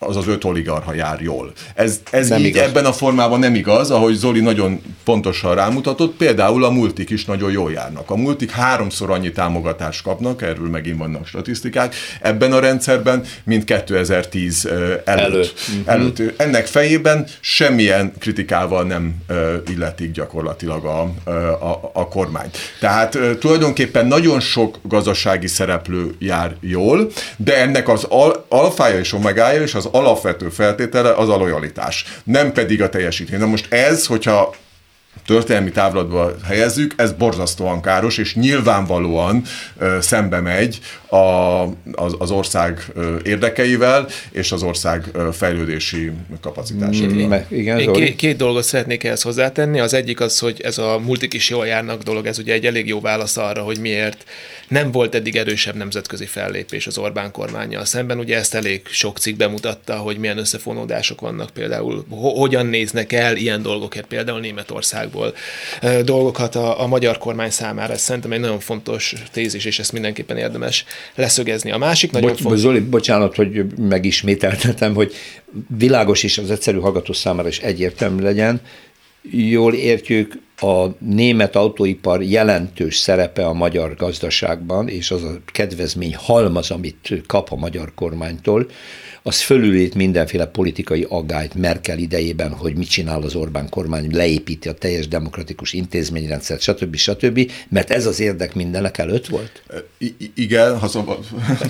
az 5 oligarcha jár jól. Ez így igaz. Ebben a formában nem igaz, ahogy Zoli nagyon pontosan rámutatott, például a multik is nagyon jól járnak. A multik 3-szor annyi támogatást kapnak, erről megint vannak statisztikák, ebben a rendszerben, mint 2010 előtt. Ennek fejében semmilyen kritikával nem illetik gyakorlatilag a kormány. Tehát tulajdonképpen nagyon sok gazdasági szereplő jár jól, de ennek az alfája és omegája és az alapvető feltétele az a lojalitás, nem pedig a teljesítmény. Na most ez, hogyha történelmi távlatba helyezzük, ez borzasztóan káros, és nyilvánvalóan szembe megy az ország érdekeivel, és az ország fejlődési kapacitásával. Én két dolgot szeretnék ehhez hozzátenni. Az egyik az, hogy ez a multik is jól járnak dolog, ez ugye egy elég jó válasz arra, hogy miért nem volt eddig erősebb nemzetközi fellépés az Orbán kormánnyal szemben. Ugye ezt elég sok cikk bemutatta, hogy milyen összefonódások vannak például, hogyan néznek el ilyen dolgokért, például Németországból dolgokat a magyar kormány számára. Ez szerintem egy nagyon fontos tézis, és ezt mindenképpen érdemes leszögezni. A másik nagyon fontos... Zoli, bocsánat, hogy megismételtetem, hogy világos is az egyszerű hallgató számára is egyértelmű legyen. Jól értjük, a német autóipar jelentős szerepe a magyar gazdaságban, és az a kedvezmény halmaz, amit kap a magyar kormánytól, az fölülít mindenféle politikai aggályt Merkel idejében, hogy mit csinál az Orbán kormány, leépíti a teljes demokratikus intézményrendszert, stb., mert ez az érdek mindenek előtt volt? Igen, ha szabad.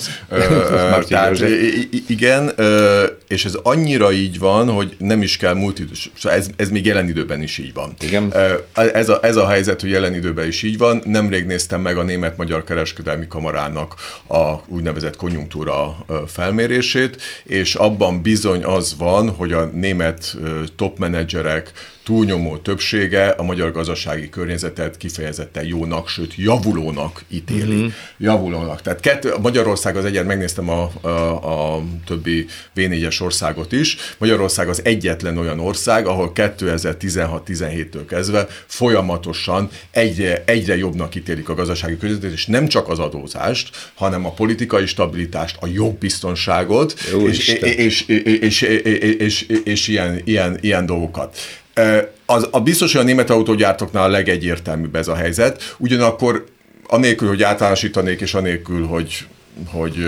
Igen, és ez annyira így van, hogy nem is kell ez még jelen időben is így van. Igen. Ez a helyzet, hogy jelen időben is így van. Nemrég néztem meg a Német-Magyar Kereskedelmi Kamarának a úgynevezett konjunktúra felmérését, és abban bizony az van, hogy a német topmenedzserek túlnyomó többsége a magyar gazdasági környezetet kifejezetten jónak, sőt javulónak ítéli. Javulónak. Tehát Magyarország az megnéztem a többi V4-es országot is. Magyarország az egyetlen olyan ország, ahol 2016-17-től kezdve folyamatosan egyre jobbnak ítélik a gazdasági környezetet, és nem csak az adózást, hanem a politikai stabilitást, a jogbiztonságot, és ilyen dolgokat. Biztos, hogy a német autógyártóknál a legegyértelműbb ez a helyzet, ugyanakkor anélkül, hogy általánosítanék, és anélkül, hogy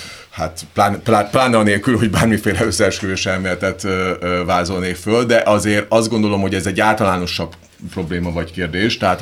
pláne anélkül, hogy bármiféle összeesküvés elméletet vázolnék föl, de azért azt gondolom, hogy ez egy általánosabb probléma vagy kérdés, tehát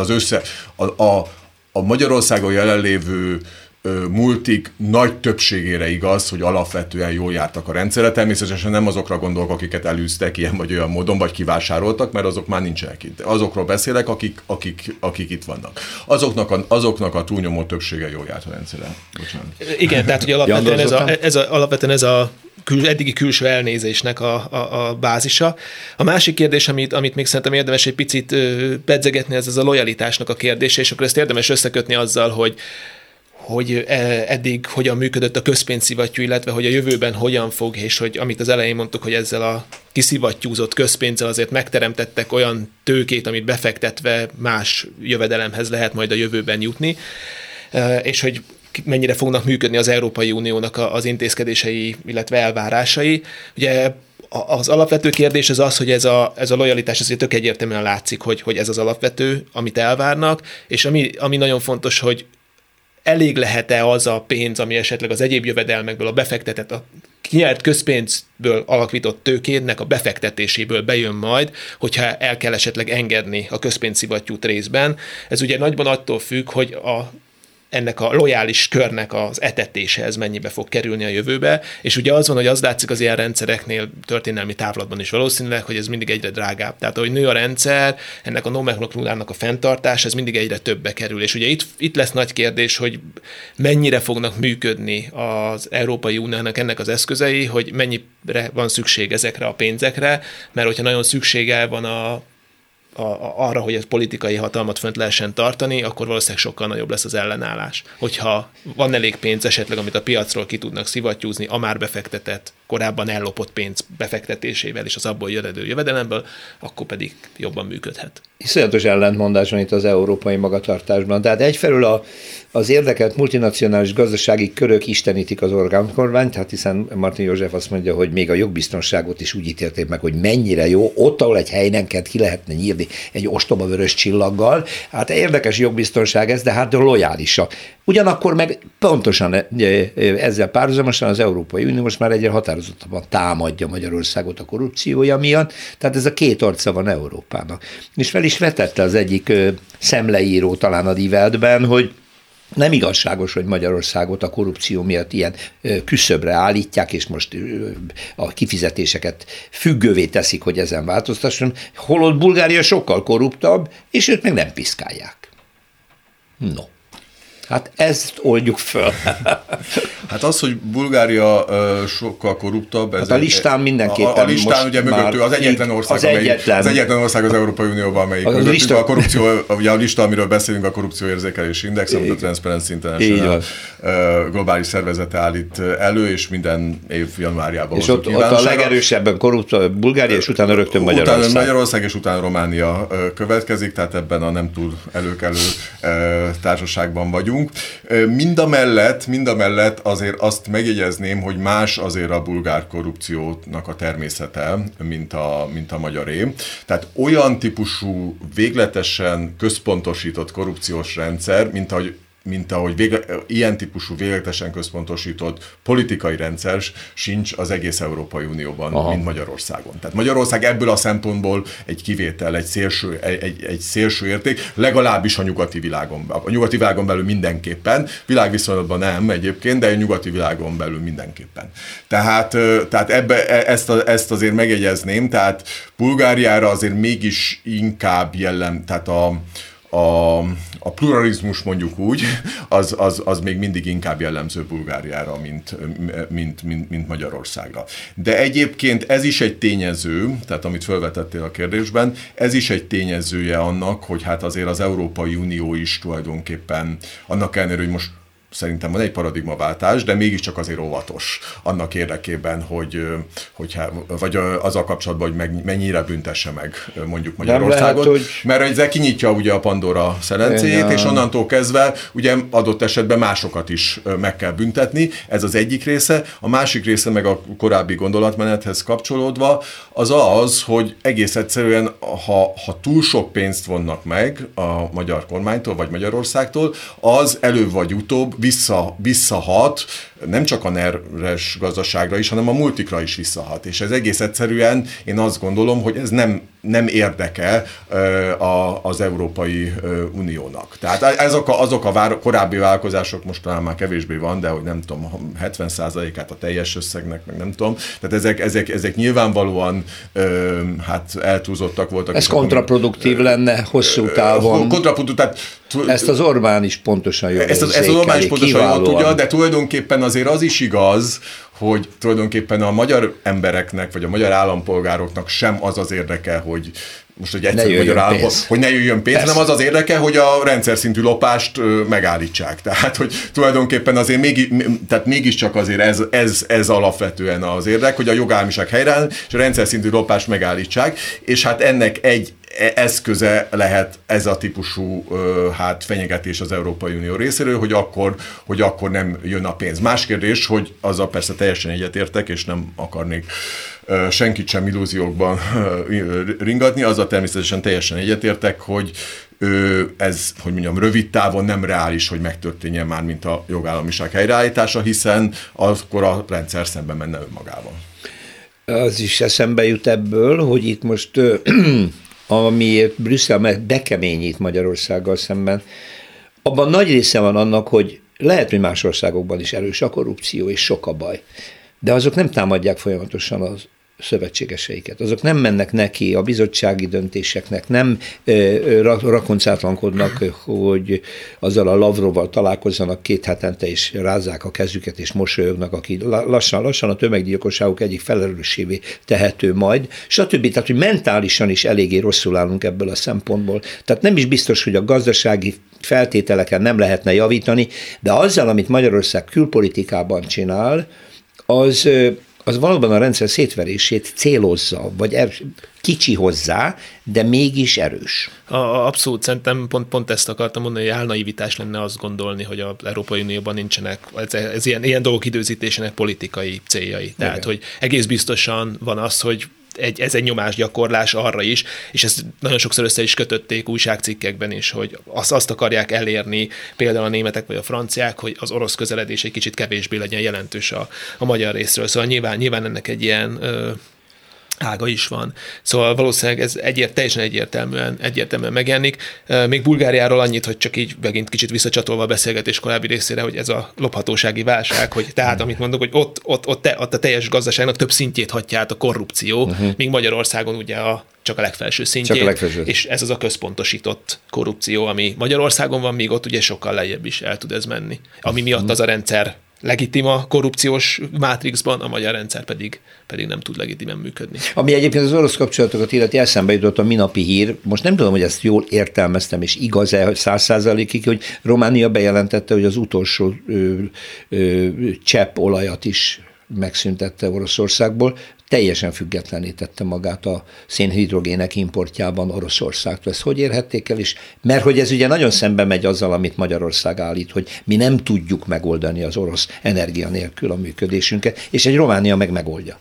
a Magyarországon jelenlévő multik nagy többségére igaz, hogy alapvetően jól jártak a rendszerre. Természetesen nem azokra gondolok, akiket elűztek ilyen vagy olyan módon, vagy kivásároltak, mert azok már nincsenek itt. Azokról beszélek, akik itt vannak. Azoknak a túlnyomó többsége jól járt a rendszerre. Bocsánat. Igen, tehát ugye alapvetően ez a eddigi külső elnézésnek a bázisa. A másik kérdés, amit még szerintem érdemes egy picit pedzegetni, ez a lojalitásnak a kérdése, és akkor ezt érdemes összekötni azzal, hogy eddig hogyan működött a közpénzszivattyú, illetve hogy a jövőben hogyan fog, és hogy amit az elején mondtuk, hogy ezzel a kiszivattyúzott közpénzzel azért megteremtettek olyan tőkét, amit befektetve más jövedelemhez lehet majd a jövőben jutni, és hogy mennyire fognak működni az Európai Uniónak az intézkedései, illetve elvárásai. Ugye az alapvető kérdés az, hogy ez a lojalitás azért tök egyértelműen látszik, hogy ez az alapvető, amit elvárnak, és ami nagyon fontos, hogy elég lehet-e az a pénz, ami esetleg az egyéb jövedelmekből, a befektetett, a kinyert közpénzből alakított tőkének a befektetéséből bejön majd, hogyha el kell esetleg engedni a közpénzszivattyút részben. Ez ugye nagyban attól függ, hogy ennek a lojális körnek az etetése ez mennyibe fog kerülni a jövőbe, és ugye az van, hogy az látszik az ilyen rendszereknél történelmi távlatban is valószínűleg, hogy ez mindig egyre drágább. Tehát, ahogy nő a rendszer, ennek a nomenklatúrának a fenntartás, ez mindig egyre többbe kerül. És ugye itt lesz nagy kérdés, hogy mennyire fognak működni az Európai Uniónak ennek az eszközei, hogy mennyire van szükség ezekre a pénzekre, mert hogyha nagyon szüksége van arra, hogy ez politikai hatalmat fönt lehessen tartani, akkor valószínűleg sokkal nagyobb lesz az ellenállás. Hogyha van elég pénz esetleg, amit a piacról ki tudnak szivattyúzni, a már befektetett, korábban ellopott pénz befektetésével és az abból jövedő jövedelemből, akkor pedig jobban működhet. Iszonyatos ellentmondás van itt az európai magatartásban. Tehát egyfelől az érdekelt multinacionális gazdasági körök istenítik az Orbán kormányt, hát hiszen Martin József azt mondja, hogy még a jogbiztonságot is úgy ítélték meg, hogy mennyire jó, ott, ahol egy helynenket ki lehetne nyírni egy ostoba vörös csillaggal, hát érdekes jogbiztonság ez, de hát lojálisak. Ugyanakkor meg pontosan ezzel párhuzamosan az Európai Unió most már egyre határozottabban támadja Magyarországot a korrupciója miatt, tehát ez a két arca van Európának. És fel is vetette az egyik szemleíró talán a Die Weltben, hogy nem igazságos, hogy Magyarországot a korrupció miatt ilyen küszöbre állítják, és most a kifizetéseket függővé teszik, hogy ezen változtasson, holott Bulgária sokkal korruptabb, és őt meg nem piszkálják. No. Hát ezt oldjuk föl. Hát az, hogy Bulgária sokkal korruptabb. Hát a listán mindenképpen. A listán ugye mögöttő az egyetlen ország, az egyetlen ország az Európai Unióban, amelyik mögöttünk a korrupció, ugye a lista, amiről beszélünk, a korrupcióérzékelési index, amit a Transparency International globális szervezete állít elő, és minden év januárjában. És ott a legerősebben korrupt Bulgária, és utána rögtön Magyarország. Utána Magyarország, és utána Románia következik, tehát ebben a nem túl előkelő társaságban vagyunk. Mindamellett azért azt megjegyezném, hogy más azért a bulgár korrupciónak a természete, mint a magyaré. Tehát olyan típusú, végletesen központosított korrupciós rendszer, mint ahogy ilyen típusú végletesen központosított politikai rendszer sincs az egész Európai Unióban, mint Magyarországon. Tehát Magyarország ebből a szempontból egy kivétel, egy szélső érték, legalábbis a nyugati világon. A nyugati világon belül mindenképpen, világviszonylatban nem egyébként, de a nyugati világon belül mindenképpen. Tehát ezt azért megjegyezném, tehát Bulgáriára azért mégis inkább tehát a pluralizmus, mondjuk úgy, az még mindig inkább jellemző Bulgáriára, mint Magyarországra. De egyébként ez is egy tényező, tehát amit felvetettél a kérdésben, ez is egy tényezője annak, hogy hát azért az Európai Unió is tulajdonképpen annak ellenére, hogy most szerintem van egy paradigmaváltás, de mégiscsak azért óvatos annak érdekében, vagy azzal kapcsolatban, hogy mennyire büntesse meg mondjuk Magyarországot. Lehet, mert ezzel kinyitja ugye a Pandora szelencéjét, és onnantól kezdve ugye adott esetben másokat is meg kell büntetni. Ez az egyik része. A másik része meg a korábbi gondolatmenethez kapcsolódva az, hogy egész egyszerűen, ha túl sok pénzt vonnak meg a magyar kormánytól, vagy Magyarországtól, az előbb vagy utóbb visszahat, nem csak a NER-es gazdaságra is, hanem a multikra is visszahat. És ez egész egyszerűen, én azt gondolom, hogy ez nem érdeke az Európai Uniónak. Tehát azok a korábbi vállalkozások, most talán már kevésbé van, de hogy nem tudom, 70%-át a teljes összegnek, meg nem tudom. Tehát ezek nyilvánvalóan eltúlzottak voltak. Ez kontraproduktív lenne hosszú távon. Ezt az Orbán is pontosan jól érzékeli. Ezt az Orbán is pontosan jól tudja, de tulajdonképpen azért az is igaz, hogy tulajdonképpen a magyar embereknek, vagy a magyar állampolgároknak sem az az érdeke, hogy most egy egyszerű magyar állampolgár, hogy ne jöjjön pénz, hanem az az érdeke, hogy a rendszer szintű lopást megállítsák. Tehát, hogy tulajdonképpen azért mégiscsak azért ez alapvetően az érdek, hogy a jogállamiság helyreáll, és a rendszer szintű lopást megállítsák, és hát ennek egy eszköze lehet ez a típusú fenyegetés az Európai Unió részéről, hogy akkor nem jön a pénz. Más kérdés, hogy azzal persze teljesen egyetértek, és nem akarnék senkit sem illúziókban ringatni, azzal természetesen teljesen egyetértek, hogy ez, hogy mondjam, rövid távon nem reális, hogy megtörténjen már, mint a jogállamiság helyreállítása, hiszen akkor a rendszer szembe menne önmagával. Az is eszembe jut ebből, hogy itt most amiért Brüsszel bekeményít Magyarországgal szemben, abban nagy része van annak, hogy lehet, hogy más országokban is erős a korrupció és sok a baj, de azok nem támadják folyamatosan az szövetségeseiket. Azok nem mennek neki a bizottsági döntéseknek, nem rakoncátlankodnak, hogy azzal a Lavrovval találkozzanak 2 hetente, és rázzák a kezüket, és mosolyognak, aki lassan a tömeggyilkosságok egyik felelőssévé tehető majd, stb. Tehát, hogy mentálisan is eléggé rosszul állunk ebből a szempontból. Tehát nem is biztos, hogy a gazdasági feltételeken nem lehetne javítani, de azzal, amit Magyarország külpolitikában csinál, az valóban a rendszer szétverését célozza, vagy kicsi hozzá, de mégis erős. Abszolút, szerintem pont ezt akartam mondani, hogy álnaivitás lenne azt gondolni, hogy az Európai Unióban nincsenek, ez ilyen dolgok időzítésének politikai céljai. Tehát, igen, hogy egész biztosan van az, hogy ez egy nyomásgyakorlás arra is, és ezt nagyon sokszor össze is kötötték újságcikkekben is, hogy azt akarják elérni, például a németek vagy a franciák, hogy az orosz közeledés egy kicsit kevésbé legyen jelentős a magyar részről. Szóval nyilván ennek egy ilyen ága is van. Szóval valószínűleg ez teljesen egyértelműen megjelenik. Még Bulgáriáról annyit, hogy csak így megint kicsit visszacsatolva a beszélgetés korábbi részére, hogy ez a lophatósági válság, hogy tehát amit mondok, hogy ott a teljes gazdaságnak több szintjét hatja át a korrupció, míg Magyarországon ugye csak a legfelső szintjét, és ez az a központosított korrupció, ami Magyarországon van, míg ott ugye sokkal lejjebb is el tud ez menni. Ami miatt az a rendszer legitim a korrupciós mátrixban, a magyar rendszer pedig nem tud legitimen működni. Ami egyébként az orosz kapcsolatokat illeti, eszembe jutott a minapi hír, most nem tudom, hogy ezt jól értelmeztem, és igaz-e, hogy 100%-ig, hogy Románia bejelentette, hogy az utolsó csepp olajat is megszüntette Oroszországból, teljesen függetlenítette magát a szénhidrogének importjában Oroszországtól. Ezt hogy érhették el is? Mert hogy ez ugye nagyon szembe megy azzal, amit Magyarország állít, hogy mi nem tudjuk megoldani az orosz energia nélkül a működésünket, és egy Románia meg megoldja.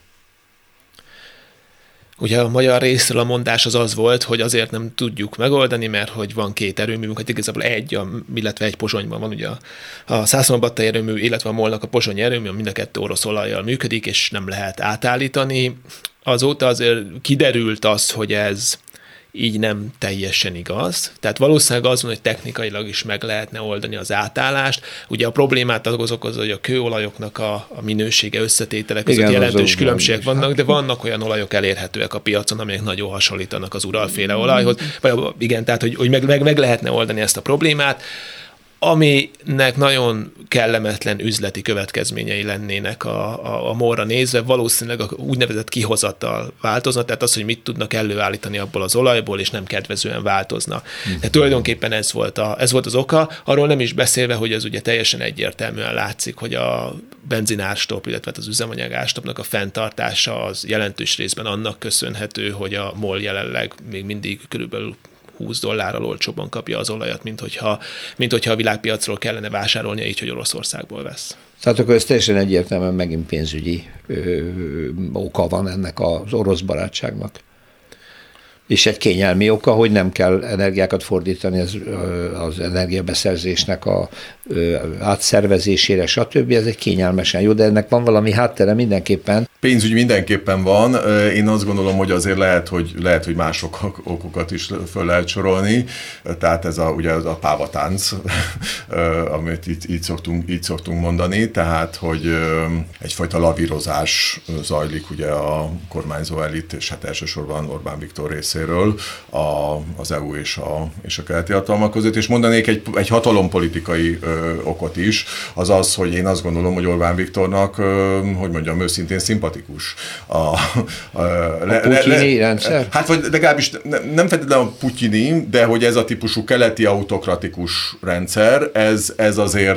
Ugye a magyar részről a mondás az volt, hogy azért nem tudjuk megoldani, mert hogy van 2 erőművünk, hogy igazából illetve egy Pozsonyban van ugye a Szászonbattai erőmű, illetve a MOL-nak a pozsonyi erőmű, mind a 2 orosz olajjal működik, és nem lehet átállítani. Azóta azért kiderült az, hogy ez így nem teljesen igaz. Tehát valószínűleg az van, hogy technikailag is meg lehetne oldani az átállást. Ugye a problémát az okozza, hogy a kőolajoknak a minősége, összetételek között jelentős különbségek vannak, de vannak olyan olajok elérhetőek a piacon, amelyek nagyon hasonlítanak az uralféle olajhoz. Igen, tehát hogy meg lehetne oldani ezt a problémát, aminek nagyon kellemetlen üzleti következményei lennének a MOL-ra nézve, valószínűleg a úgynevezett kihozattal változna, tehát az, hogy mit tudnak előállítani abból az olajból, és nem kedvezően változna. Tehát tulajdonképpen ez volt az oka, arról nem is beszélve, hogy ez ugye teljesen egyértelműen látszik, hogy a benzinárstop, illetve az üzemanyagárstopnak a fenntartása az jelentős részben annak köszönhető, hogy a MOL jelenleg még mindig körülbelül $20 olcsóbban kapja az olajat, mint hogyha a világpiacról kellene vásárolnia, így, hogy Oroszországból vesz. Tehát akkor ez teljesen egyértelműen megint pénzügyi oka van ennek az orosz barátságnak. És egy kényelmi oka, hogy nem kell energiákat fordítani az energiabeszerzésnek a átszervezésére, stb. Ez egy kényelmesen jó, de ennek van valami háttere mindenképpen. Pénzügy mindenképpen van. Én azt gondolom, hogy azért lehet, hogy más okokat is föl lehet sorolni. Tehát ez ugye a pávatánc, amit így szoktunk mondani. Tehát, hogy egyfajta lavírozás zajlik ugye a kormányzó elit, és hát elsősorban Orbán Viktor részéről az EU és a keleti hatalmak között. És mondanék egy hatalompolitikai okot is, az, hogy én azt gondolom, hogy Orbán Viktornak, hogy mondjam, őszintén szimpatikus. A putyini rendszer? Hát vagy legalábbis nem feltétlenül a putyini, de hogy ez a típusú keleti autokratikus rendszer, ez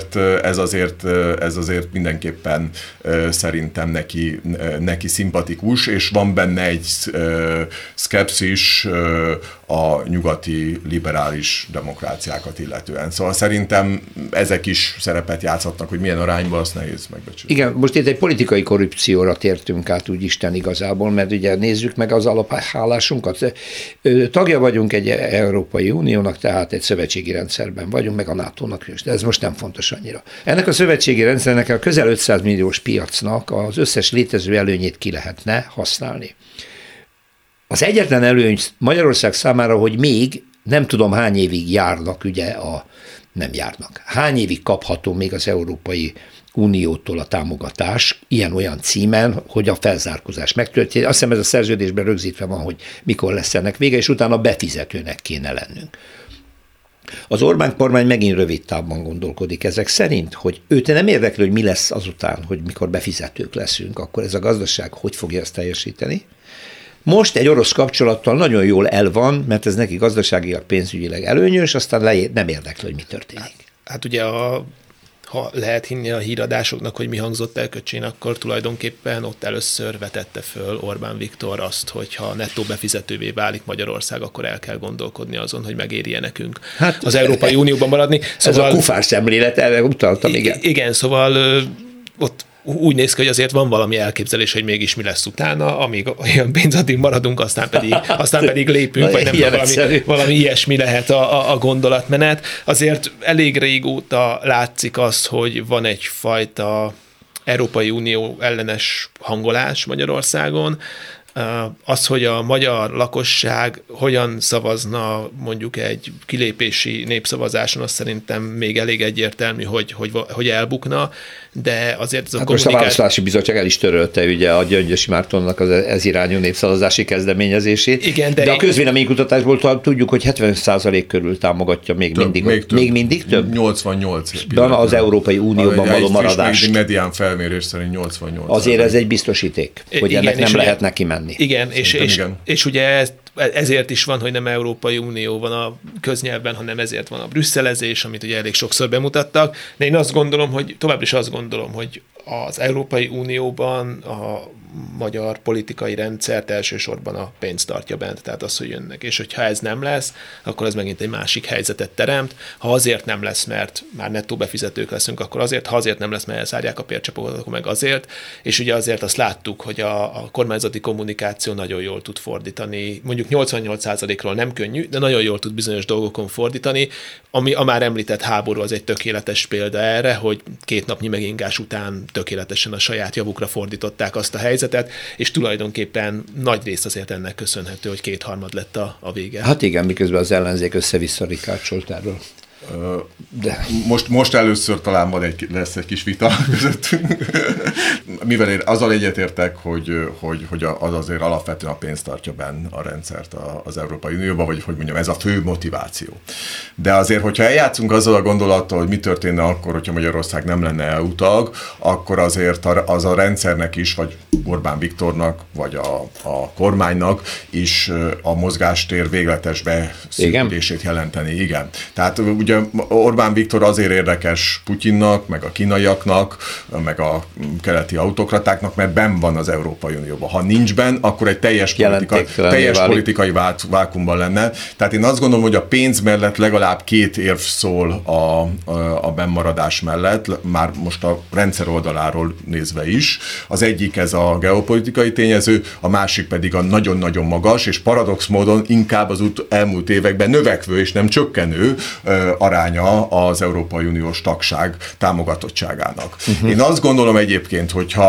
azért mindenképpen szerintem neki szimpatikus, és van benne egy szkepszis a nyugati liberális demokráciákat illetően. Szóval szerintem ezek is szerepet játszhatnak, hogy milyen arányban, azt nehéz megbecsülni. Igen, most itt egy politikai korrupcióra tértünk át úgy Isten igazából, mert ugye nézzük meg az alapállásunkat. Tagja vagyunk egy Európai Uniónak, tehát egy szövetségi rendszerben vagyunk, meg a NATO-nak is, de ez most nem fontos annyira. Ennek a szövetségi rendszernek a közel 500 milliós piacnak az összes létező előnyét ki lehetne használni. Az egyetlen előny Magyarország számára, hogy még nem tudom hány évig járnak, ugye nem járnak. Hány évig kapható még az Európai Uniótól a támogatás ilyen-olyan címen, hogy a felzárkózás megtörténik. Azt hiszem ez a szerződésben rögzítve van, hogy mikor lesz ennek vége, és utána befizetőnek kéne lennünk. Az Orbán kormány megint rövid távban gondolkodik ezek szerint, hogy őt nem érdekli, hogy mi lesz azután, hogy mikor befizetők leszünk, akkor ez a gazdaság hogy fogja ezt teljesíteni. Most egy orosz kapcsolattal nagyon jól el van, mert ez neki gazdaságilag, pénzügyileg előnyös, aztán nem érdekli, hogy mi történik. Hát ugye ha lehet hinni a híradásoknak, hogy mi hangzott el Köcsén, akkor tulajdonképpen ott először vetette föl Orbán Viktor azt, hogy ha nettó befizetővé válik Magyarország, akkor el kell gondolkodni azon, hogy megéri-e nekünk az Európai Unióban maradni. Szóval, ez a kufár szemlélet, erre utaltam, igen. Igen, szóval ott úgy néz ki, hogy azért van valami elképzelés, hogy mégis mi lesz utána, amíg olyan pénz, addig maradunk, aztán pedig lépünk, vagy nem valami ilyesmi lehet a gondolatmenet. Azért elég régóta látszik az, hogy van egyfajta Európai Unió ellenes hangolás Magyarországon. Az, hogy a magyar lakosság hogyan szavazna mondjuk egy kilépési népszavazáson, az szerintem még elég egyértelmű, hogy elbukna, de azért ez a most a Választási Bizottság el is törölte ugye a Gyöngyösi Mártonnak az ez irányú népszavazási kezdeményezését. Igen, de a közvéleménykutatásból tudjuk, hogy 70% körül támogatja még mindig több? 88. Az Európai Unióban való maradást. Egy medián felmérés szerint 88. Azért ez egy biztosíték, hogy igen, ennek nem lehet neki menni. Igen, és ugye ezért is van, hogy nem Európai Unió van a köznyelvben, hanem ezért van a brüsszelezés, amit ugye elég sokszor bemutattak. De én továbbra is azt gondolom, hogy az Európai Unióban a magyar politikai rendszert elsősorban a pénz tartja bent, tehát az, hogy jönnek. És hogyha ez nem lesz, akkor ez megint egy másik helyzetet teremt. Ha azért nem lesz, mert már nettó befizetők leszünk, akkor azért, ha azért nem lesz, mert elszárják a pércsapokat, akkor meg azért. És ugye azért azt láttuk, hogy a kormányzati kommunikáció nagyon jól tud fordítani. Mondjuk 88%-ról nem könnyű, de nagyon jól tud bizonyos dolgokon fordítani. Ami a már említett háború az egy tökéletes példa erre, hogy 2 napnyi megingás után tökéletesen a saját javukra fordították azt a helyzetet, és tulajdonképpen nagy rész azért ennek köszönhető, hogy 2/3 lett a vége. Hát igen, miközben az ellenzék össze-vissza rikácsolt erről. De. Most először talán lesz egy kis vita közöttünk. Mivel én azzal egyetértek, hogy az azért alapvetően a pénzt tartja benne a rendszert az Európai Unióban, vagy hogy mondjam, ez a fő motiváció. De azért, hogyha eljátszunk azzal a gondolattal, hogy mi történne akkor, hogyha Magyarország nem lenne EU tag, akkor azért az a rendszernek is, vagy Orbán Viktornak, vagy a kormánynak is a mozgástér végletes beszűkülését jelenteni. Igen. Tehát ugye Orbán Viktor azért érdekes Putyinnak, meg a kínaiaknak, meg a keleti autokratáknak, mert benn van az Európai Unióban. Ha nincs benn, akkor egy teljes politikai vákumban lenne. Tehát én azt gondolom, hogy a pénz mellett legalább 2 érv szól a bennmaradás mellett, már most a rendszer oldaláról nézve is. Az egyik ez a geopolitikai tényező, a másik pedig a nagyon-nagyon magas, és paradox módon inkább az elmúlt években növekvő és nem csökkenő aránya az Európai Uniós tagság támogatottságának. Én azt gondolom egyébként,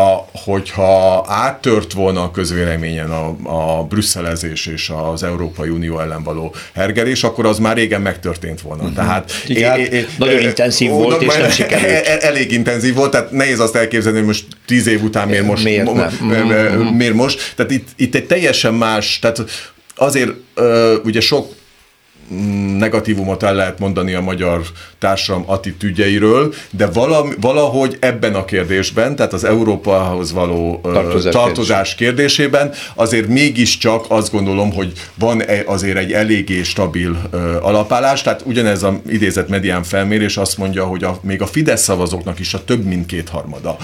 hogyha áttört volna a közvéleményen a brüsszelezés és az Európai Unió ellen való hergelés, akkor az már régen megtörtént volna. Tehát nagyon intenzív volt, és nem sikerült. Elég intenzív volt, tehát nehéz azt elképzelni, hogy most 10 év után miért most. Tehát itt egy teljesen más, tehát azért ugye sok negatívumot el lehet mondani a magyar társadalom attitűdjeiről, de valahogy ebben a kérdésben, tehát az Európához való tartozás kérdésében azért mégiscsak azt gondolom, hogy van azért egy eléggé stabil alapállás, tehát ugyanez az idézett medián felmérés azt mondja, hogy még a Fidesz szavazóknak is a több mint 2/3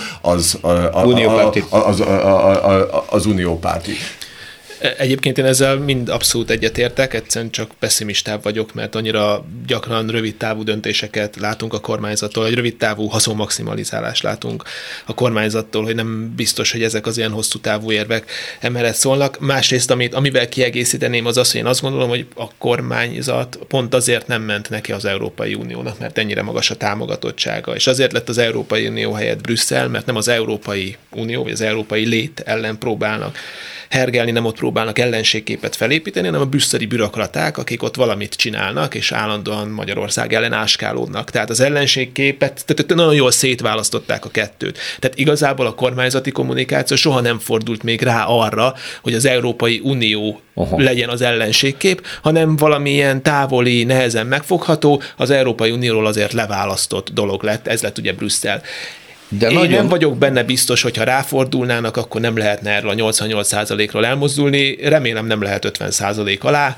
az uniópárti. Egyébként én ezzel mind abszolút egyetértek, egyszerűen csak pessimistább vagyok, mert annyira gyakran rövidtávú döntéseket látunk a kormányzattól, egy rövidtávú haszonmaximalizálást látunk a kormányzattól, hogy nem biztos, hogy ezek az ilyen hosszú távú érvek emellett szólnak. Másrészt, amivel kiegészíteném, az az, hogy én azt gondolom, hogy a kormányzat pont azért nem ment neki az Európai Uniónak, mert ennyire magas a támogatottsága, és azért lett az Európai Unió helyett Brüsszel, mert nem az Európai Unió, vagy az európai lét ellen próbálnak hergelni, nem ott próbálnak ellenségképet felépíteni, hanem a brüsszeli bürokraták, akik ott valamit csinálnak, és állandóan Magyarország ellen áskálódnak. Tehát az ellenségképet, tehát nagyon jól szétválasztották a kettőt. Tehát igazából a kormányzati kommunikáció soha nem fordult még rá arra, hogy az Európai Unió legyen az ellenségkép, hanem valamilyen távoli, nehezen megfogható, az Európai Unióról azért leválasztott dolog lett, ez lett ugye Brüsszel. Én nem vagyok benne biztos, hogy ha ráfordulnának, akkor nem lehetne erről a 88%-ról elmozdulni. Remélem nem lehet 50% alá.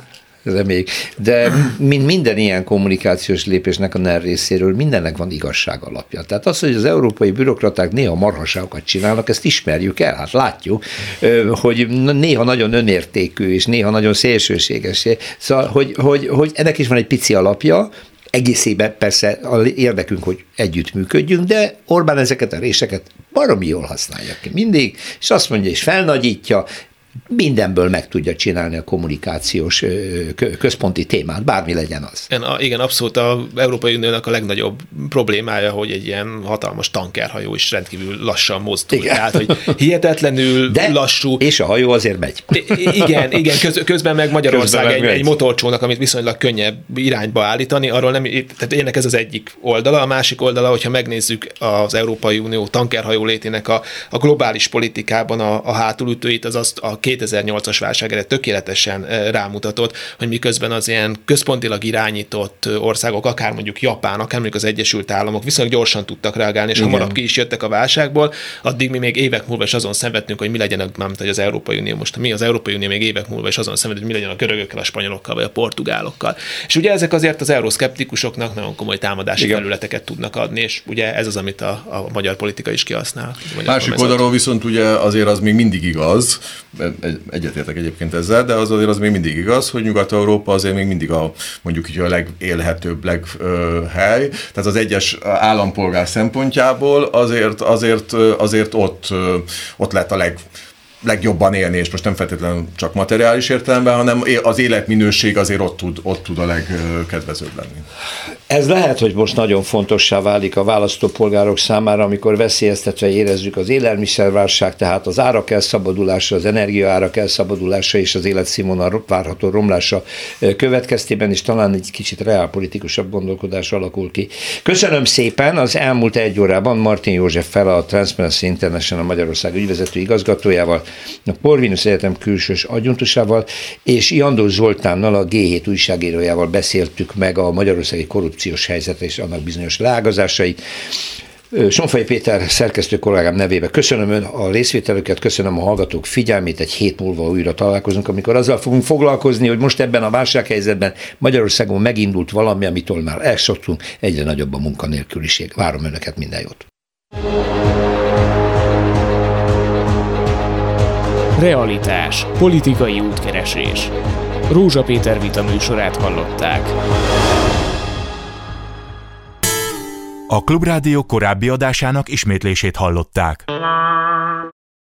reméljük. De mint minden ilyen kommunikációs lépésnek a NER részéről, mindennek van igazság alapja. Tehát az, hogy az európai bürokraták néha marhaságokat csinálnak, ezt ismerjük el, hát látjuk, hogy néha nagyon önértékű, és néha nagyon szélsőséges. Szóval, hogy ennek is van egy pici alapja, egészében persze érdekünk, hogy együttműködjünk, de Orbán ezeket a réseket baromi jól használja ki mindig, és azt mondja, és felnagyítja, mindenből meg tudja csinálni a kommunikációs központi témát, bármi legyen az. Igen, abszolút az Európai Uniónak a legnagyobb problémája, hogy egy ilyen hatalmas tankerhajó is rendkívül lassan mozdul. Igen. Tehát, hogy hihetetlenül lassú. És a hajó azért megy. Igen, közben meg Magyarország egy motorcsónak, amit viszonylag könnyebb irányba állítani, arról nem, tehát ennek ez az egyik oldala. A másik oldala, hogyha megnézzük az Európai Unió tankerhajó létének a globális politikában a hátulütőit, az azt a 2008-as válság erre tökéletesen rámutatott, hogy miközben az ilyen központilag irányított országok, akár mondjuk Japán, akár mondjuk az Egyesült Államok viszonylag gyorsan tudtak reagálni, és hamarabb ki is jöttek a válságból, addig mi még évek múlva is azon szenvedtünk, hogy mi legyen, mármint hogy az Európai Unió most, mi az Európai Unió még évek múlva is azon szenved, hogy mi legyen a görögökkel, a spanyolokkal vagy a portugálokkal. És ugye ezek azért az euroszkeptikusoknak nagyon komoly támadási területeket tudnak adni, és ugye ez az, amit a magyar politika is kihasznál. Másik oldalról viszont ugye azért az még mindig igaz, egyetértek egyébként ezzel, de azért az még mindig igaz, hogy Nyugat-Európa azért még mindig mondjuk így a legélhetőbb hely, tehát az egyes állampolgár szempontjából azért ott lett a legjobban élni, és most nem feltétlenül csak materiális értelemben, hanem az életminőség azért ott tud a legkedvezőbb lenni. Ez lehet, hogy most nagyon fontossá válik a választópolgárok számára, amikor veszélyeztetve érezzük az élelmiszerválság, tehát az árak elszabadulása, az energiaárak elszabadulása és az életszínvonal várható romlása következtében is talán egy kicsit reálpolitikusabb gondolkodás alakul ki. Köszönöm szépen, az elmúlt egy órában Martin Józseffel, a Transparency International Magyarország ügyvezető igazgatójával, a Corvinus Egyetem külsős adjunktusával, és Jandó Zoltánnal, a G7 újságírójával beszéltük meg a magyarországi korrupciós helyzet és annak bizonyos leágazásait. Sonfai Péter szerkesztő kollégám nevében köszönöm a részvételüket, köszönöm a hallgatók figyelmét, egy hét múlva újra találkozunk, amikor azzal fogunk foglalkozni, hogy most ebben a válsághelyzetben Magyarországon megindult valami, amitől már elszoktunk, egyre nagyobb a munkanélküliség. Várom önöket, minden jót! Realitás. Politikai útkeresés. Rózsa Péter vita műsorát hallották. A Klubrádió korábbi adásának ismétlését hallották.